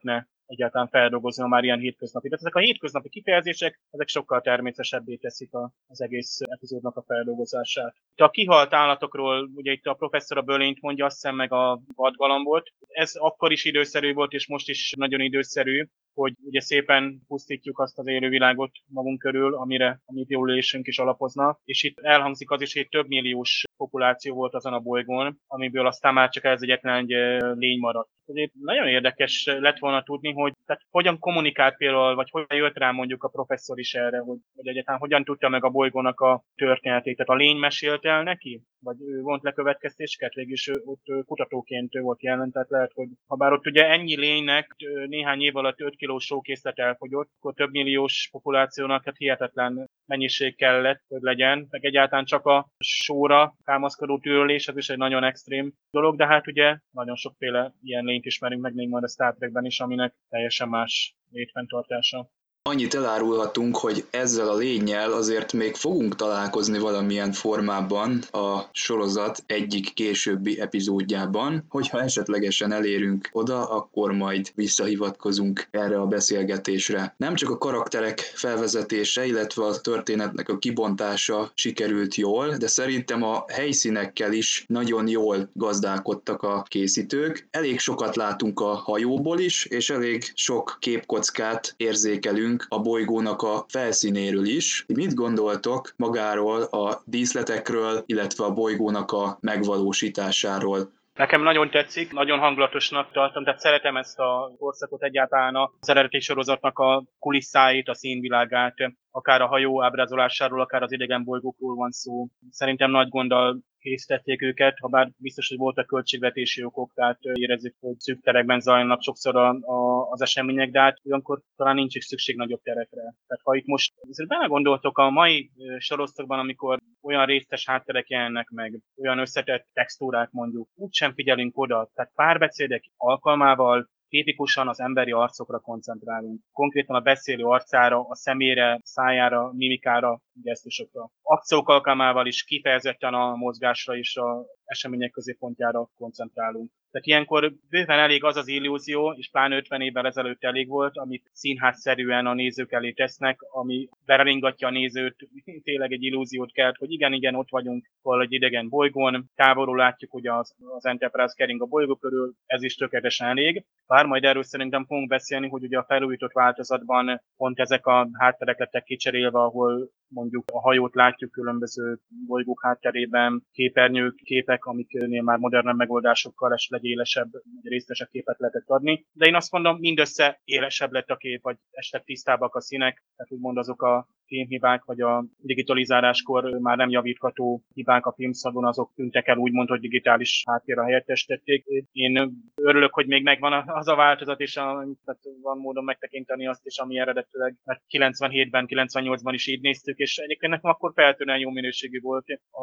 egyáltalán feldolgozni már ilyen hétköznapi. Tehát ezek a hétköznapi kifejezések, ezek sokkal természetesebbé teszik az egész epizódnak a feldolgozását. Itt a kihalt állatokról, ugye itt a professzor a bölényt mondja, azt hiszem meg a vadgalambot. Ez akkor is időszerű volt, és most is nagyon időszerű, hogy ugye szépen pusztítjuk azt az élővilágot magunk körül, amit jól élésünk is alapozna. És itt elhangzik az is, hogy több milliós populáció volt azon a bolygón, amiből aztán már csak ez egyetlen egy lény maradt. Ezért nagyon érdekes lett volna tudni, hogy tehát hogyan kommunikált például, vagy hogyan jött rá mondjuk a professzor is erre, hogy egyáltalán hogyan tudta meg a bolygónak a történetét. Tehát a lény mesélt el neki? Vagy ő vont le következtéseket? Végülis ott kutatóként volt jelen, tehát lehet, hogy ha bár ott ugye ennyi lénynek néhány év alatt 5 kilós sókészlet elfogyott, akkor több milliós populációnak hát hihetetlen mennyiség kellett, hogy legyen, meg egyáltalán csak a sóra támaszkodó tűrölés, ez is egy nagyon extrém dolog, de hát ugye nagyon sokféle ilyen lényt ismerünk meg még majd a Star Trekben is, aminek teljesen más létfenntartása. Annyit elárulhatunk, hogy ezzel a lénnyel azért még fogunk találkozni valamilyen formában a sorozat egyik későbbi epizódjában. Hogyha esetlegesen elérünk oda, akkor majd visszahivatkozunk erre a beszélgetésre. Nem csak a karakterek felvezetése, illetve a történetnek a kibontása sikerült jól, de szerintem a helyszínekkel is nagyon jól gazdálkodtak a készítők. Elég sokat látunk a hajóból is, és elég sok képkockát érzékelünk a bolygónak a felszínéről is. Mit gondoltok magáról a díszletekről, illetve a bolygónak a megvalósításáról? Nekem nagyon tetszik, nagyon hangulatosnak tartom, tehát szeretem ezt a korszakot egyáltalán az eredeti sorozatnak a kulisszáit, a színvilágát, akár a hajó ábrázolásáról, akár az idegen bolygókról van szó. Szerintem nagy gonddal készítették őket, ha bár biztos, hogy voltak költségvetési okok, tehát érezzük, hogy szűk terekben zajlanak sokszor az események, de hát olyankor talán nincs is szükség nagyobb terekre. Tehát ha itt most belegondoltok a mai sorozatokban, amikor olyan résztes hátterek jelennek meg, olyan összetett textúrák mondjuk, úgysem figyelünk oda, tehát párbeszédek alkalmával tipikusan az emberi arcokra koncentrálunk. Konkrétan a beszélő arcára, a szemére, szájára, mimikára, gesztusokra. Akciók alkalmával is kifejezetten a mozgásra és az események középpontjára koncentrálunk. Tehát ilyenkor bőven elég az az illúzió, és pláne 50 évvel ezelőtt elég volt, amit színházszerűen a nézők elé tesznek, ami beringatja a nézőt, tényleg egy illúziót kelt, hogy igen, ott vagyunk valahogy idegen bolygón, távolról látjuk, hogy az Enterprise kering a bolygó körül, ez is tökéletesen elég. Bár majd erről szerintem fogunk beszélni, hogy ugye a felújított változatban pont ezek a hátterek lettek kicserélve, ahol mondjuk a hajót látjuk különböző bolygók hátterében, képernyők, képek, amiknél már modern megoldásokkal esetleg élesebb, részletesebb képet lehetett adni. De én azt mondom, mindössze élesebb lett a kép, vagy esetleg tisztábbak a színek, tehát úgymond azok a filmhibák, vagy a digitalizáláskor már nem javítható hibák a filmszagon, azok tűntek el úgymond, hogy digitális háttérre helyettesítették. Én örülök, hogy még megvan az a változat, és tehát van módon megtekinteni azt is, ami eredetileg, mert 97-ben, 98-ban is így néztük, és egyébként nekem akkor feltűnően jó minőségű volt,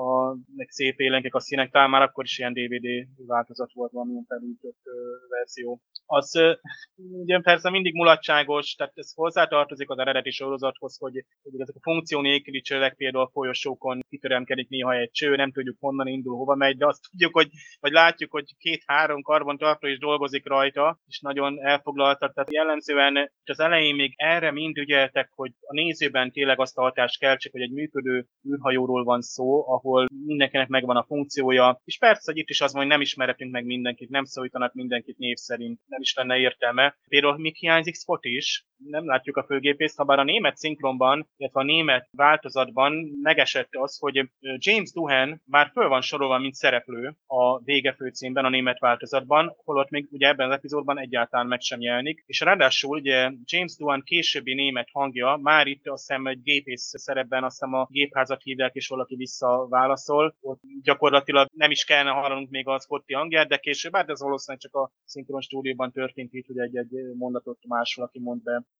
meg szép élénkek a színek, talán már akkor is ilyen DVD változat volt, valamilyen felújított verzió. Az ugye persze mindig mulatságos, tehát ez hozzátartozik az eredeti sorozathoz, hogy ezek a funkció nélküli csövek például a folyosókon kitöremkedik néha egy cső, nem tudjuk honnan indul, hova megy, de azt tudjuk, vagy látjuk, hogy 2-3 karbantartó is dolgozik rajta, és nagyon elfoglaltak. Tehát jellemzően az elején még erre mind ügyeltek, hogy a nézőben tényleg azt a hatást keltsék, hogy egy működő űrhajóról van szó, ahol mindenkinek megvan a funkciója, és persze, hogy itt is az, hogy nem ismerhetünk meg mindenkit, nem szólítanak mindenkit név szerint, nem is lenne értelme. Például még hiányzik Scott is, nem látjuk a főgépészt, ha bár a német szinkronban, illetve a német változatban megesett az, hogy James Doohan már föl van sorolva, mint szereplő a vége főcímben, a német változatban, holott még ugye ebben az epizódban egyáltalán meg sem jelenik, és ráadásul ugye James Doohan későbbi német hangja, már itt azt hiszem egy gépész szerepben, azt hiszem a gépházat hívják, és valaki visszaválaszol, ott gyakorlatilag nem is kellene hallanunk még a Scotty hangját, de később, hát ez valószínűleg csak a szinkron stúdióban történt így, hogy egy mondatot más valaki mond be.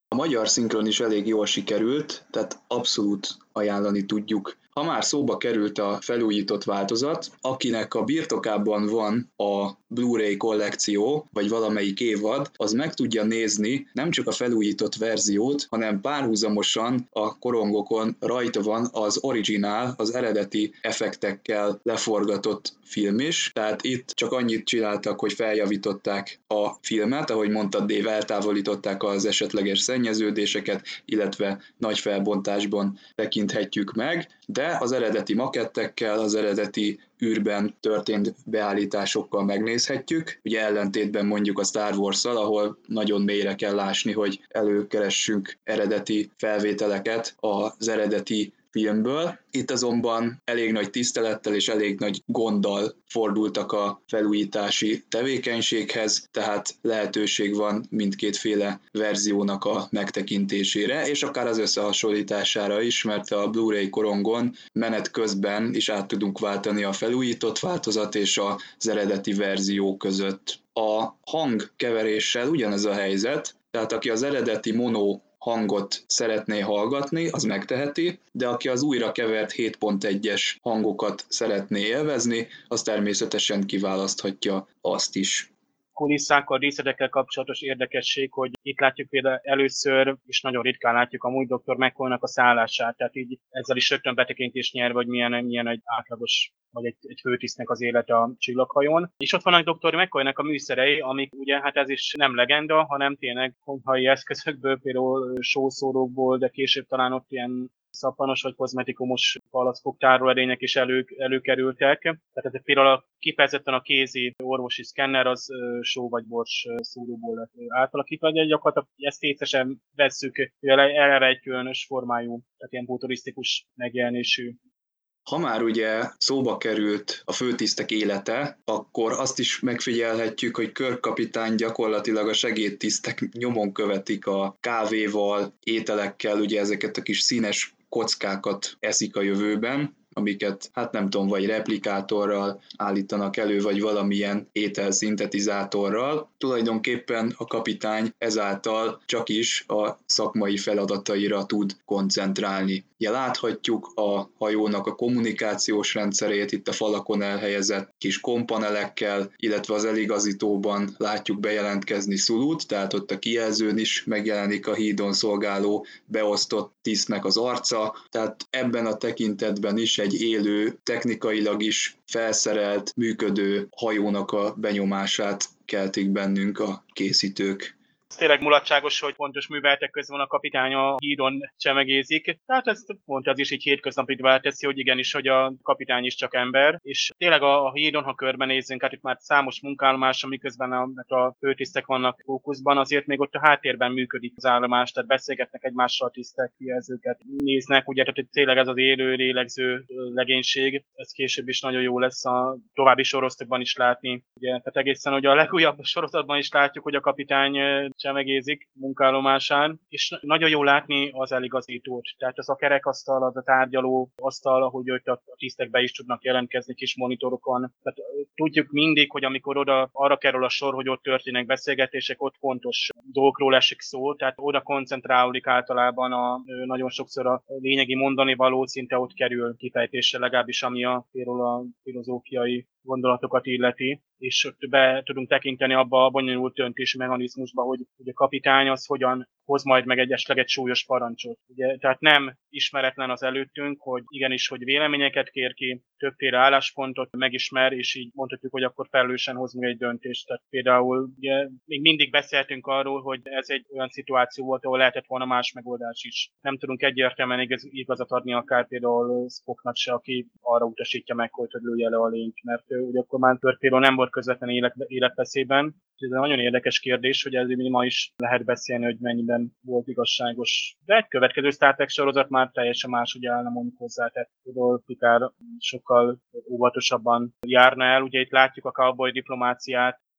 A magyar szinkron is elég jól sikerült, tehát abszolút ajánlani tudjuk. Ha már szóba került a felújított változat, akinek a birtokában van a Blu-ray kollekció, vagy valamelyik évad, az meg tudja nézni nem csak a felújított verziót, hanem párhuzamosan a korongokon rajta van az originál, az eredeti effektekkel leforgatott film is. Tehát itt csak annyit csináltak, hogy feljavították a filmet, ahogy mondtad, Dave, eltávolították az esetleges szennyeződéseket, illetve nagy felbontásban tekinthetjük meg, de az eredeti makettekkel, az eredeti űrben történt beállításokkal megnézhetjük. Ugye ellentétben mondjuk a Star Wars-szal, ahol nagyon mélyre kell lásni, hogy előkeressünk eredeti felvételeket az eredeti filmből. Itt azonban elég nagy tisztelettel és elég nagy gonddal fordultak a felújítási tevékenységhez, tehát lehetőség van mindkétféle verziónak a megtekintésére, és akár az összehasonlítására is, mert a Blu-ray korongon menet közben is át tudunk váltani a felújított változat és az eredeti verzió között. A hangkeveréssel ugyanez a helyzet, tehát aki az eredeti mono hangot szeretné hallgatni, az megteheti, de aki az újra kevert 7.1-es hangokat szeretné élvezni, az természetesen kiválaszthatja azt is. Kulisszákkal, díszletekkel kapcsolatos érdekesség, hogy itt látjuk például először, és nagyon ritkán látjuk amúgy Dr. McCoy-nak a szállását, tehát így ezzel is rögtön betekintést nyer, vagy milyen egy átlagos, vagy egy főtisztnek az élete a csillaghajón. És ott vannak Dr. McCoy-nak a műszerei, amik ugye, hát ez is nem legenda, hanem tényleg konyhai eszközökből, például sószórókból, de később talán ott ilyen szappanos vagy kozmetikumos palackok, tároledények is előkerültek. Tehát ez például kifejezetten a kézi orvosi szkenner az só vagy bors szúróból lett átalakítva, de gyakorlatilag ezt tétesen vesszük, mivel eleve egy különös formájú, tehát ilyen futurisztikus megjelenésű. Ha már ugye szóba került a főtisztek élete, akkor azt is megfigyelhetjük, hogy Kirk kapitány gyakorlatilag a segédtisztek nyomon követik a kávéval, ételekkel, ugye ezeket a kis színes kockákat eszik a jövőben, amiket, hát nem tudom, vagy replikátorral állítanak elő, vagy valamilyen ételszintetizátorral. Tulajdonképpen a kapitány ezáltal csak is a szakmai feladataira tud koncentrálni. Ugye láthatjuk a hajónak a kommunikációs rendszerét, itt a falakon elhelyezett kis kompanelekkel, illetve az eligazítóban látjuk bejelentkezni Sulut, tehát ott a kijelzőn is megjelenik a hídon szolgáló beosztott tisztnek az arca, tehát ebben a tekintetben is egy élő, technikailag is felszerelt, működő hajónak a benyomását keltik bennünk a készítők. Ez tényleg mulatságos, hogy fontos műveletek közben a kapitány a hídon csemegézik. Tehát ez pont az is így hétköznapivá teszi, hogy igenis, hogy a kapitány is csak ember. És tényleg a hídon, ha körbenézzünk, hát itt már számos munkállomás, miközben a főtisztek vannak fókuszban, azért még ott a háttérben működik az állomás, tehát beszélgetnek egymással, tisztek, kijelzőket néznek, ugye, tehát tényleg ez az élő, lélegző legénység, ez később is nagyon jó lesz a további sorozatokban is látni. Ugye, tehát egészen, hogy a legújabb sorozatban is látjuk, hogy a kapitány csemegézik munkállomásán, és nagyon jó látni az eligazítót. Tehát az a kerekasztal, az a tárgyaló asztal, ahogy ott a tisztek be is tudnak jelentkezni kis monitorokon. Tehát tudjuk mindig, hogy amikor oda arra kerül a sor, hogy ott történnek beszélgetések, ott fontos dolgokról esik szó, tehát oda koncentrálódik általában nagyon sokszor a lényegi mondani való, szinte ott kerül kifejtésre, legalábbis ami például a filozófiai gondolatokat illeti, és ott be tudunk tekinteni abba a bonyolult döntési mechanizmusba, hogy a kapitány az hogyan hoz majd meg egy súlyos parancsot. Ugye, tehát nem ismeretlen az előttünk, hogy igenis, hogy véleményeket kér ki, többféle álláspontot megismer, és így mondhatjuk, hogy akkor felelősen hoz meg egy döntést. Tehát például ugye, még mindig beszéltünk arról, hogy ez egy olyan szituáció volt, ahol lehetett volna más megoldás is. Nem tudunk egyértelműen igazat adni akár például Spocknak se, aki arra utasítja meg, hogy lője le a lényt, mert ugye akkor már például nem volt közvetlen életveszélyben. Ez egy nagyon érdekes kérdés, hogy ez ma is lehet beszélni, hogy mennyiben volt igazságos. De egy következő Star Trek sorozat már teljesen máshogy állna mondjuk hozzá, tehát például Picard sokkal óvatosabban járna el. Ugye itt látjuk a cowboy diplomáciát,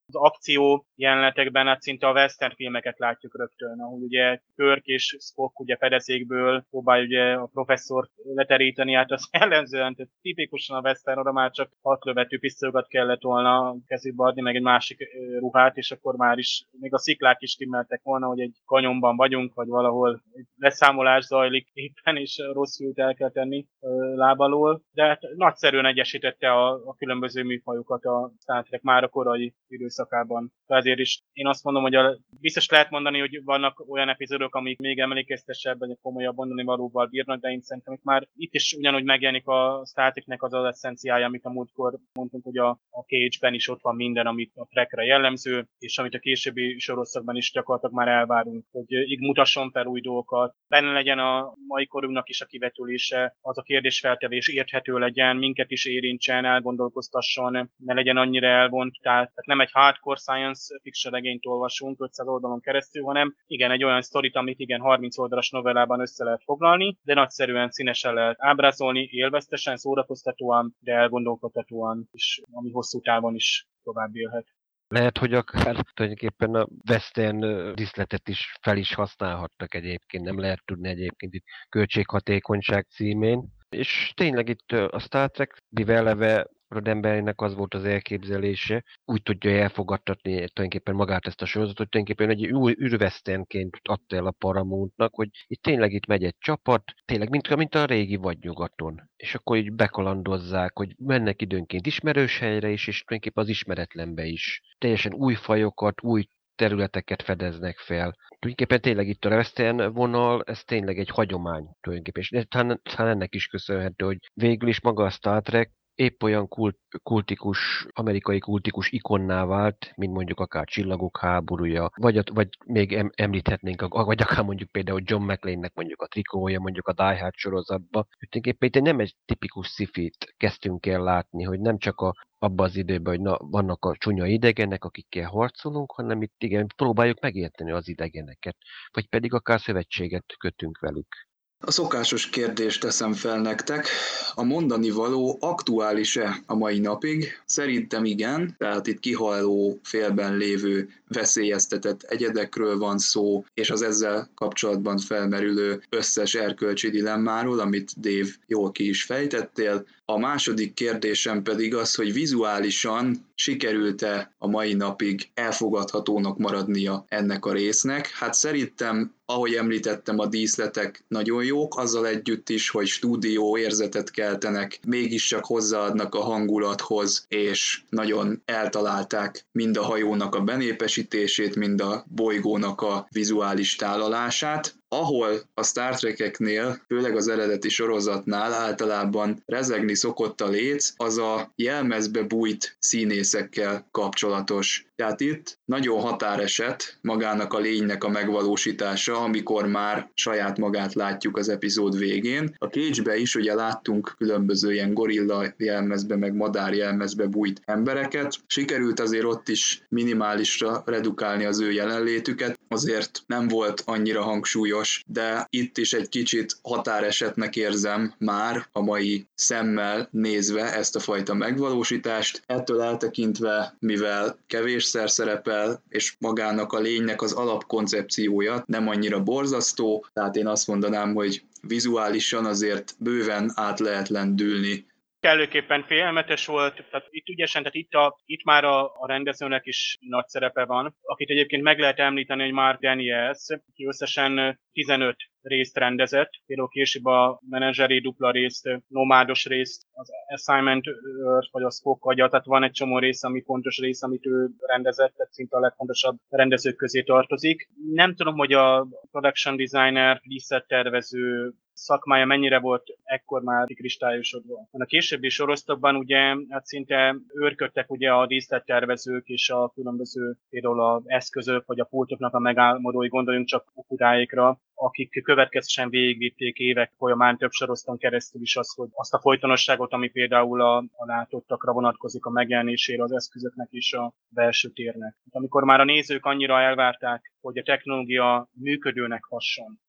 Az akció jelenetekben hát szinte a western filmeket látjuk rögtön, ahol ugye Kirk és Spock ugye fedezékből próbálja ugye a professzort leteríteni, hát az jellemzően, tehát tipikusan a western, oda már csak 6 lövető pisztolyokat kellett volna a kezébe adni, meg egy másik ruhát, és akkor már is, még a sziklák is timmeltek volna, hogy egy kanyonban vagyunk, vagy valahol egy leszámolás zajlik éppen, és rossz fiút el kell tenni láb alól. De hát nagyszerűen egyesítette a különböző műfajokat a Star Trek már a korai időszakában. Ezért is én azt mondom, hogy biztos lehet mondani, hogy vannak olyan epizódok, amik még emlékeztesebb, vagy komolyabb mondani valóval bírnak, de én szerintem itt is ugyanúgy megjelenik a Star Treknek az eszenciája, amit a múltkor mondtunk, hogy a Cage-ben is ott van minden, amit a Trekre jellemző, és amit a későbbi sorozatban is gyakorlatilag már elvárunk, hogy így mutasson fel új dolgokat. Benne legyen a mai korunknak is a kivetülése, az a kérdésfeltevés érthető legyen, minket is érintsen, elgondolkoztasson, ne legyen annyira elvont, tehát nem egy hardcore science fiction regényt olvasunk 500 oldalon keresztül, hanem igen, egy olyan sztorit, amit igen 30 oldalas novellában össze lehet foglalni, de nagyszerűen színesen lehet ábrázolni, élveztesen, szórakoztatóan, de elgondolkodtatóan, és ami hosszú távon is tovább élhet. Lehet, hogy akár tulajdonképpen a western díszletet is fel is használhattak egyébként, nem lehet tudni egyébként itt költséghatékonyság címén. És tényleg itt a Star Trek, mivel eleve Roddenberrynek az volt az elképzelése, úgy tudja elfogadtatni tulajdonképpen magát ezt a sorozatot, tulajdonképpen egy új űrveszternként adta el a Paramountnak, hogy itt tényleg megy egy csapat, tényleg mint a régi vadnyugaton. És akkor így bekalandozzák, hogy mennek időnként ismerős helyre is, és tulajdonképpen az ismeretlenbe is. Teljesen új fajokat, új területeket fedeznek fel. Tulajdonképpen tényleg itt a western vonal, ez tényleg egy hagyomány tulajdonképpen. És talán ennek is köszönhető, hogy végül is maga a Star Trek épp olyan kultikus, amerikai kultikus ikonná vált, mint mondjuk akár Csillagok háborúja, vagy még említhetnénk, vagy akár mondjuk például John McClane-nek mondjuk a trikója, mondjuk a Die Hard sorozatba. Tulajdonképpen itt nem egy tipikus sci-fit kezdtünk el látni, hogy nem csak abban az időben, hogy vannak a csúnya idegenek, akikkel harcolunk, hanem itt igen, próbáljuk megérteni az idegeneket, vagy pedig akár szövetséget kötünk velük. A szokásos kérdést teszem fel nektek. A mondani való aktuális-e a mai napig? Szerintem igen, tehát itt kihaló félben lévő veszélyeztetett egyedekről van szó, és az ezzel kapcsolatban felmerülő összes erkölcsi dilemmáról, amit Dave jól ki is fejtettél. A második kérdésem pedig az, hogy vizuálisan sikerült-e a mai napig elfogadhatónak maradnia ennek a résznek. Hát szerintem, ahogy említettem, a díszletek nagyon jók, azzal együtt is, hogy stúdió érzetet keltenek, mégiscsak hozzáadnak a hangulathoz, és nagyon eltalálták mind a hajónak a benépesítését, mind a bolygónak a vizuális tálalását. Ahol a Star Trek-eknél, főleg az eredeti sorozatnál általában rezegni szokott a léc, az a jelmezbe bújt színészekkel kapcsolatos. Tehát itt nagyon határeset magának a lénynek a megvalósítása, amikor már saját magát látjuk az epizód végén. A Cage-be is ugye láttunk különböző ilyen gorilla jelmezbe, meg madár jelmezbe bújt embereket. Sikerült azért ott is minimálisra redukálni az ő jelenlétüket, azért nem volt annyira hangsúlyos, de itt is egy kicsit határesetnek érzem már a mai szemmel nézve ezt a fajta megvalósítást. Ettől eltekintve, mivel kevésszer szerepel, és magának a lénynek az alapkoncepciója nem annyira borzasztó, tehát én azt mondanám, hogy vizuálisan azért bőven át lehet lendülni. Kellőképpen félelmetes volt, tehát itt ügyesen, tehát itt már a rendezőnek is nagy szerepe van, akit egyébként meg lehet említeni, hogy Mark Daniels, aki összesen 15 részt rendezett, például később a menedzseri dupla részt, nomádos részt, az Assignment Earth, vagy a Spock agya, tehát van egy csomó rész, ami fontos rész, amit ő rendezett, tehát szinte a legfontosabb rendezők közé tartozik. Nem tudom, hogy a production designer, díszlettervező szakmája mennyire volt ekkor már kristályosodva. A későbbi sorozatokban ugye hát szinte őrködtek ugye a díszlettervezők és a különböző például az eszközök vagy a pultoknak a megálmodói, gondoljunk csak Okudáékra, akik következően végigvitték évek folyamán több sorozaton keresztül is azt a folytonosságot, ami például a látottakra vonatkozik a megjelenésére az eszközöknek és a belső térnek. Amikor már a nézők annyira elvárták, hogy a technológia működőnek hasson,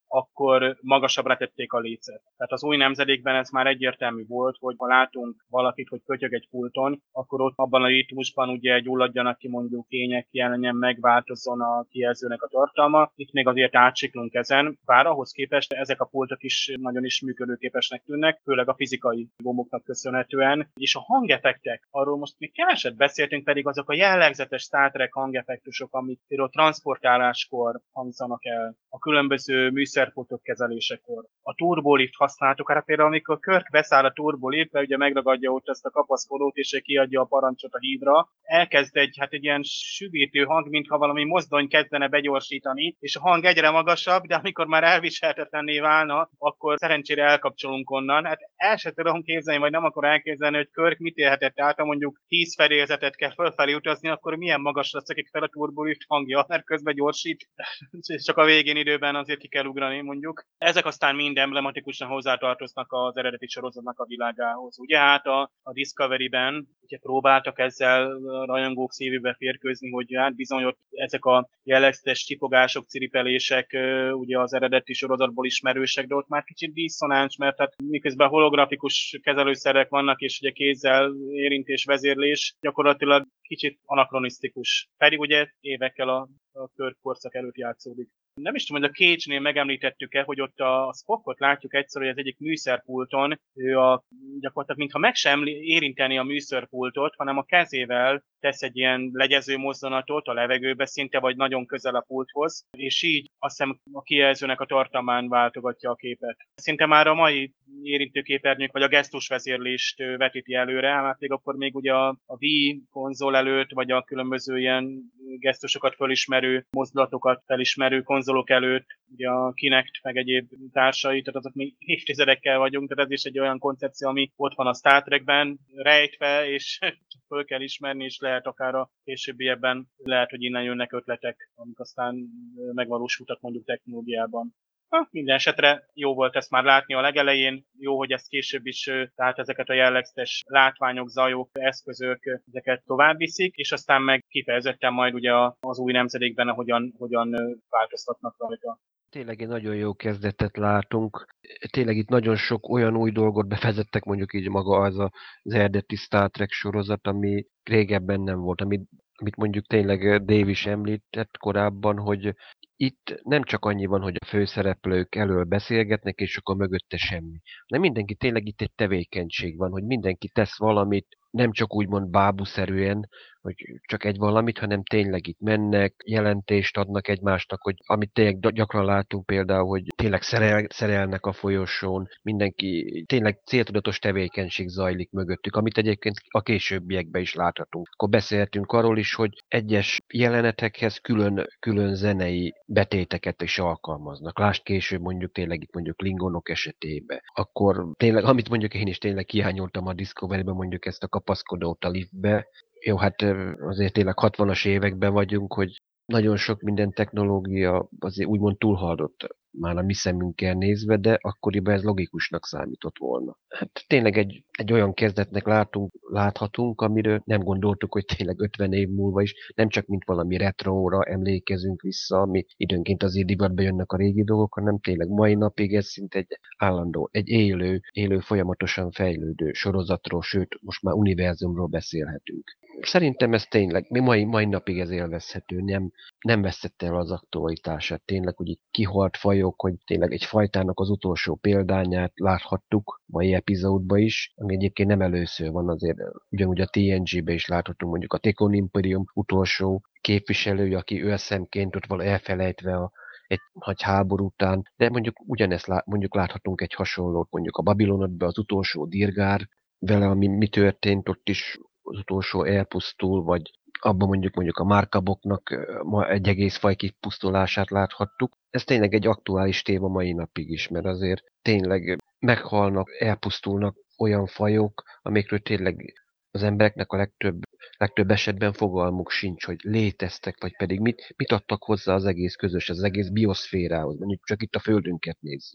akkor magasabbra tették a lécet. Tehát az új nemzedékben ez már egyértelmű volt, hogy ha látunk valakit, hogy kötyög egy pulton, akkor ott abban a ritmusban ugye gyulladjanak ki mondjuk fények, jelenjen meg, változzon a kijelzőnek a tartalma. Itt még azért átsiklunk ezen, bár ahhoz képest ezek a pultok is nagyon is működőképesnek tűnnek, főleg a fizikai gomboknak köszönhetően. És a hangeffektek, arról most még keveset beszéltünk, pedig azok a jellegzetes Star Trek hangeffektusok, amik például transportáláskor hangzanak el, a különböző műszerpultok kezelésekor. A turbolift használtuk, arra például amikor Kirk beszáll a turboliftbe, ugye megragadja ott ezt a kapaszkodót, és kiadja a parancsot a hídra, elkezd egy ilyen süvítő hang, mintha valami mozdony kezdene begyorsítani, és a hang egyre magasabb, de amikor már elviselhetetlenné válna, akkor szerencsére elkapcsolunk onnan. Hát el se tudom képzelni, vagy nem akar elképzelni, hogy Kirk mit élhetett át, ha mondjuk 10 fedélzetet kell fölfelé utazni, akkor milyen magasra szökik fel a turbolift hangja, mert közben gyorsít, és csak a végén időben azért ki kell ugrani, mondjuk. Ezek aztán mind emblematikusan hozzátartoznak az eredeti sorozatnak a világához. Ugye hát a Discovery-ben ugye próbáltak ezzel rajongók szívébe férkőzni, hogy hát bizony ott ezek a jellegzetes csipogások, ciripelések ugye az eredeti sorozatból ismerősek, de ott már kicsit diszonáns, mert hát miközben holografikus kezelőszerek vannak, és ugye kézzel érintés, vezérlés, gyakorlatilag kicsit anakronisztikus. Pedig ugye évekkel a Kirk korszak előtt játszódik. Nem is tudom, hogy a Cage-nél megemlítettük-e, hogy ott a Spockot látjuk egyszer, hogy az egyik műszerpulton, ő gyakorlatilag mintha meg sem érinteni a műszerpultot, hanem a kezével tesz egy ilyen legyező mozdulatot a levegőbe szinte, vagy nagyon közel a pulthoz, és így azt hiszem a kijelzőnek a tartalmán váltogatja a képet. Szinte már a mai érintőképernyők, vagy a gesztusvezérlést vetíti előre, hát még ugye a Wii konzol előtt, vagy a különböző ilyen gesztusokat felismerő, mozdulatokat felismerő konzolok előtt, ugye a Kinect meg egyéb társai, tehát azok még évtizedekkel vagyunk, tehát ez is egy olyan koncepció, ami ott van a Star Trekben rejtve, és csak föl kell ismerni, és lehet akár a későbbiekben, lehet, hogy innen jönnek ötletek, amik aztán megvalósultak mondjuk technológiában. Minden esetre jó volt ezt már látni a legelején, jó, hogy ezt később is, tehát ezeket a jellegzetes látványok, zajok, eszközök, ezeket tovább viszik, és aztán meg kifejezetten majd ugye az új nemzedékben, hogyan változtatnak rajta. Tényleg egy nagyon jó kezdetet látunk. Tényleg itt nagyon sok olyan új dolgot bevezettek, mondjuk így maga az eredeti Star Trek sorozat, ami régebben nem volt, amit mondjuk tényleg Dave is említett korábban, hogy itt nem csak annyi van, hogy a főszereplők elől beszélgetnek, és akkor mögötte semmi. De mindenki tényleg itt egy tevékenység van, hogy mindenki tesz valamit, nem csak úgymond bábuszerűen, hogy csak egy valamit, hanem tényleg itt mennek, jelentést adnak egymásnak, hogy amit tényleg gyakran látunk például, hogy tényleg szerelnek a folyosón, mindenki tényleg céltudatos tevékenység zajlik mögöttük, amit egyébként a későbbiekben is láthatunk. Akkor beszélhetünk arról is, hogy egyes jelenetekhez külön zenei betéteket is alkalmaznak. Lásd később mondjuk tényleg itt mondjuk Klingonok esetében. Akkor tényleg, amit mondjuk én is tényleg hiányoltam a Discovery-ben, mondjuk ezt a kapaszkodót a liftbe. Jó, hát azért tényleg 60-as években vagyunk, hogy nagyon sok minden technológia azért úgymond túlhaladott már a mi szemünkkel nézve, de akkoriban ez logikusnak számított volna. Hát tényleg egy olyan kezdetnek láthatunk, amiről nem gondoltuk, hogy tényleg 50 év múlva is, nem csak mint valami retróra emlékezünk vissza, ami időnként azért divatba jönnek a régi dolgok, hanem tényleg mai napig ez szinte egy állandó, egy élő, folyamatosan fejlődő sorozatról, sőt, most már univerzumról beszélhetünk. Szerintem ez tényleg, mai napig ez élvezhető, nem vesztette el az aktualitását. Tényleg, hogy itt kihalt fajok, hogy tényleg egy fajtának az utolsó példányát láthattuk mai epizódban is, ami egyébként nem először van azért, ugyanúgy a TNG-be is láthatunk mondjuk a Tekon Imperium utolsó képviselője, aki őrszemként ott van elfelejtve egy nagy háború után, de mondjuk ugyanezt mondjuk láthatunk egy hasonlót, mondjuk a Babilonodban az utolsó Dirgár, vele, mi történt ott is, az utolsó elpusztul, vagy abban mondjuk a márkaboknak egy egész faj kipusztulását láthattuk. Ez tényleg egy aktuális téma mai napig is, mert azért tényleg meghalnak, elpusztulnak olyan fajok, amikről tényleg az embereknek a legtöbb esetben fogalmuk sincs, hogy léteztek, vagy pedig mit adtak hozzá az egész közös, az egész bioszférához, mondjuk csak itt a Földünket nézzük.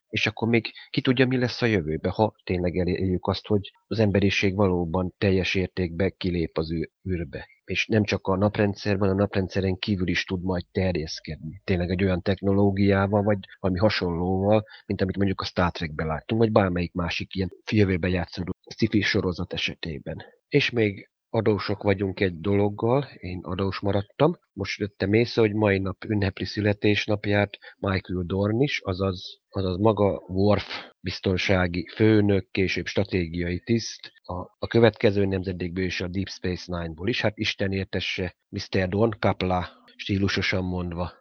és akkor még ki tudja, mi lesz a jövőben, ha tényleg elérjük azt, hogy az emberiség valóban teljes értékben kilép az űrbe. És nem csak a naprendszerben, a naprendszeren kívül is tud majd terjeszkedni. Tényleg egy olyan technológiával, vagy valami hasonlóval, mint amit mondjuk a Star Trekben láttunk, vagy bármelyik másik ilyen jövőben játszódó sci-fi sorozat esetében. És még adósok vagyunk egy dologgal, én adós maradtam. Most jöttem észre, hogy mai nap ünnepli születésnapját Michael Dorn is, azaz maga Worf biztonsági főnök, később stratégiai tiszt, a következő nemzedékből és a Deep Space Nine-ból is. Hát Isten értesse Mr. Dorn, Kapla stílusosan mondva.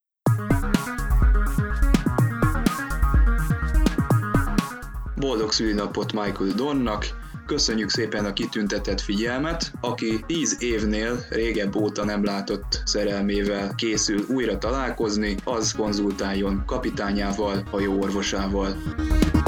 Boldog szülinapot Michael Dornnak! Köszönjük szépen a kitüntetett figyelmet, aki 10 évnél régebb óta nem látott szerelmével készül újra találkozni, az konzultáljon kapitányával, hajóorvosával.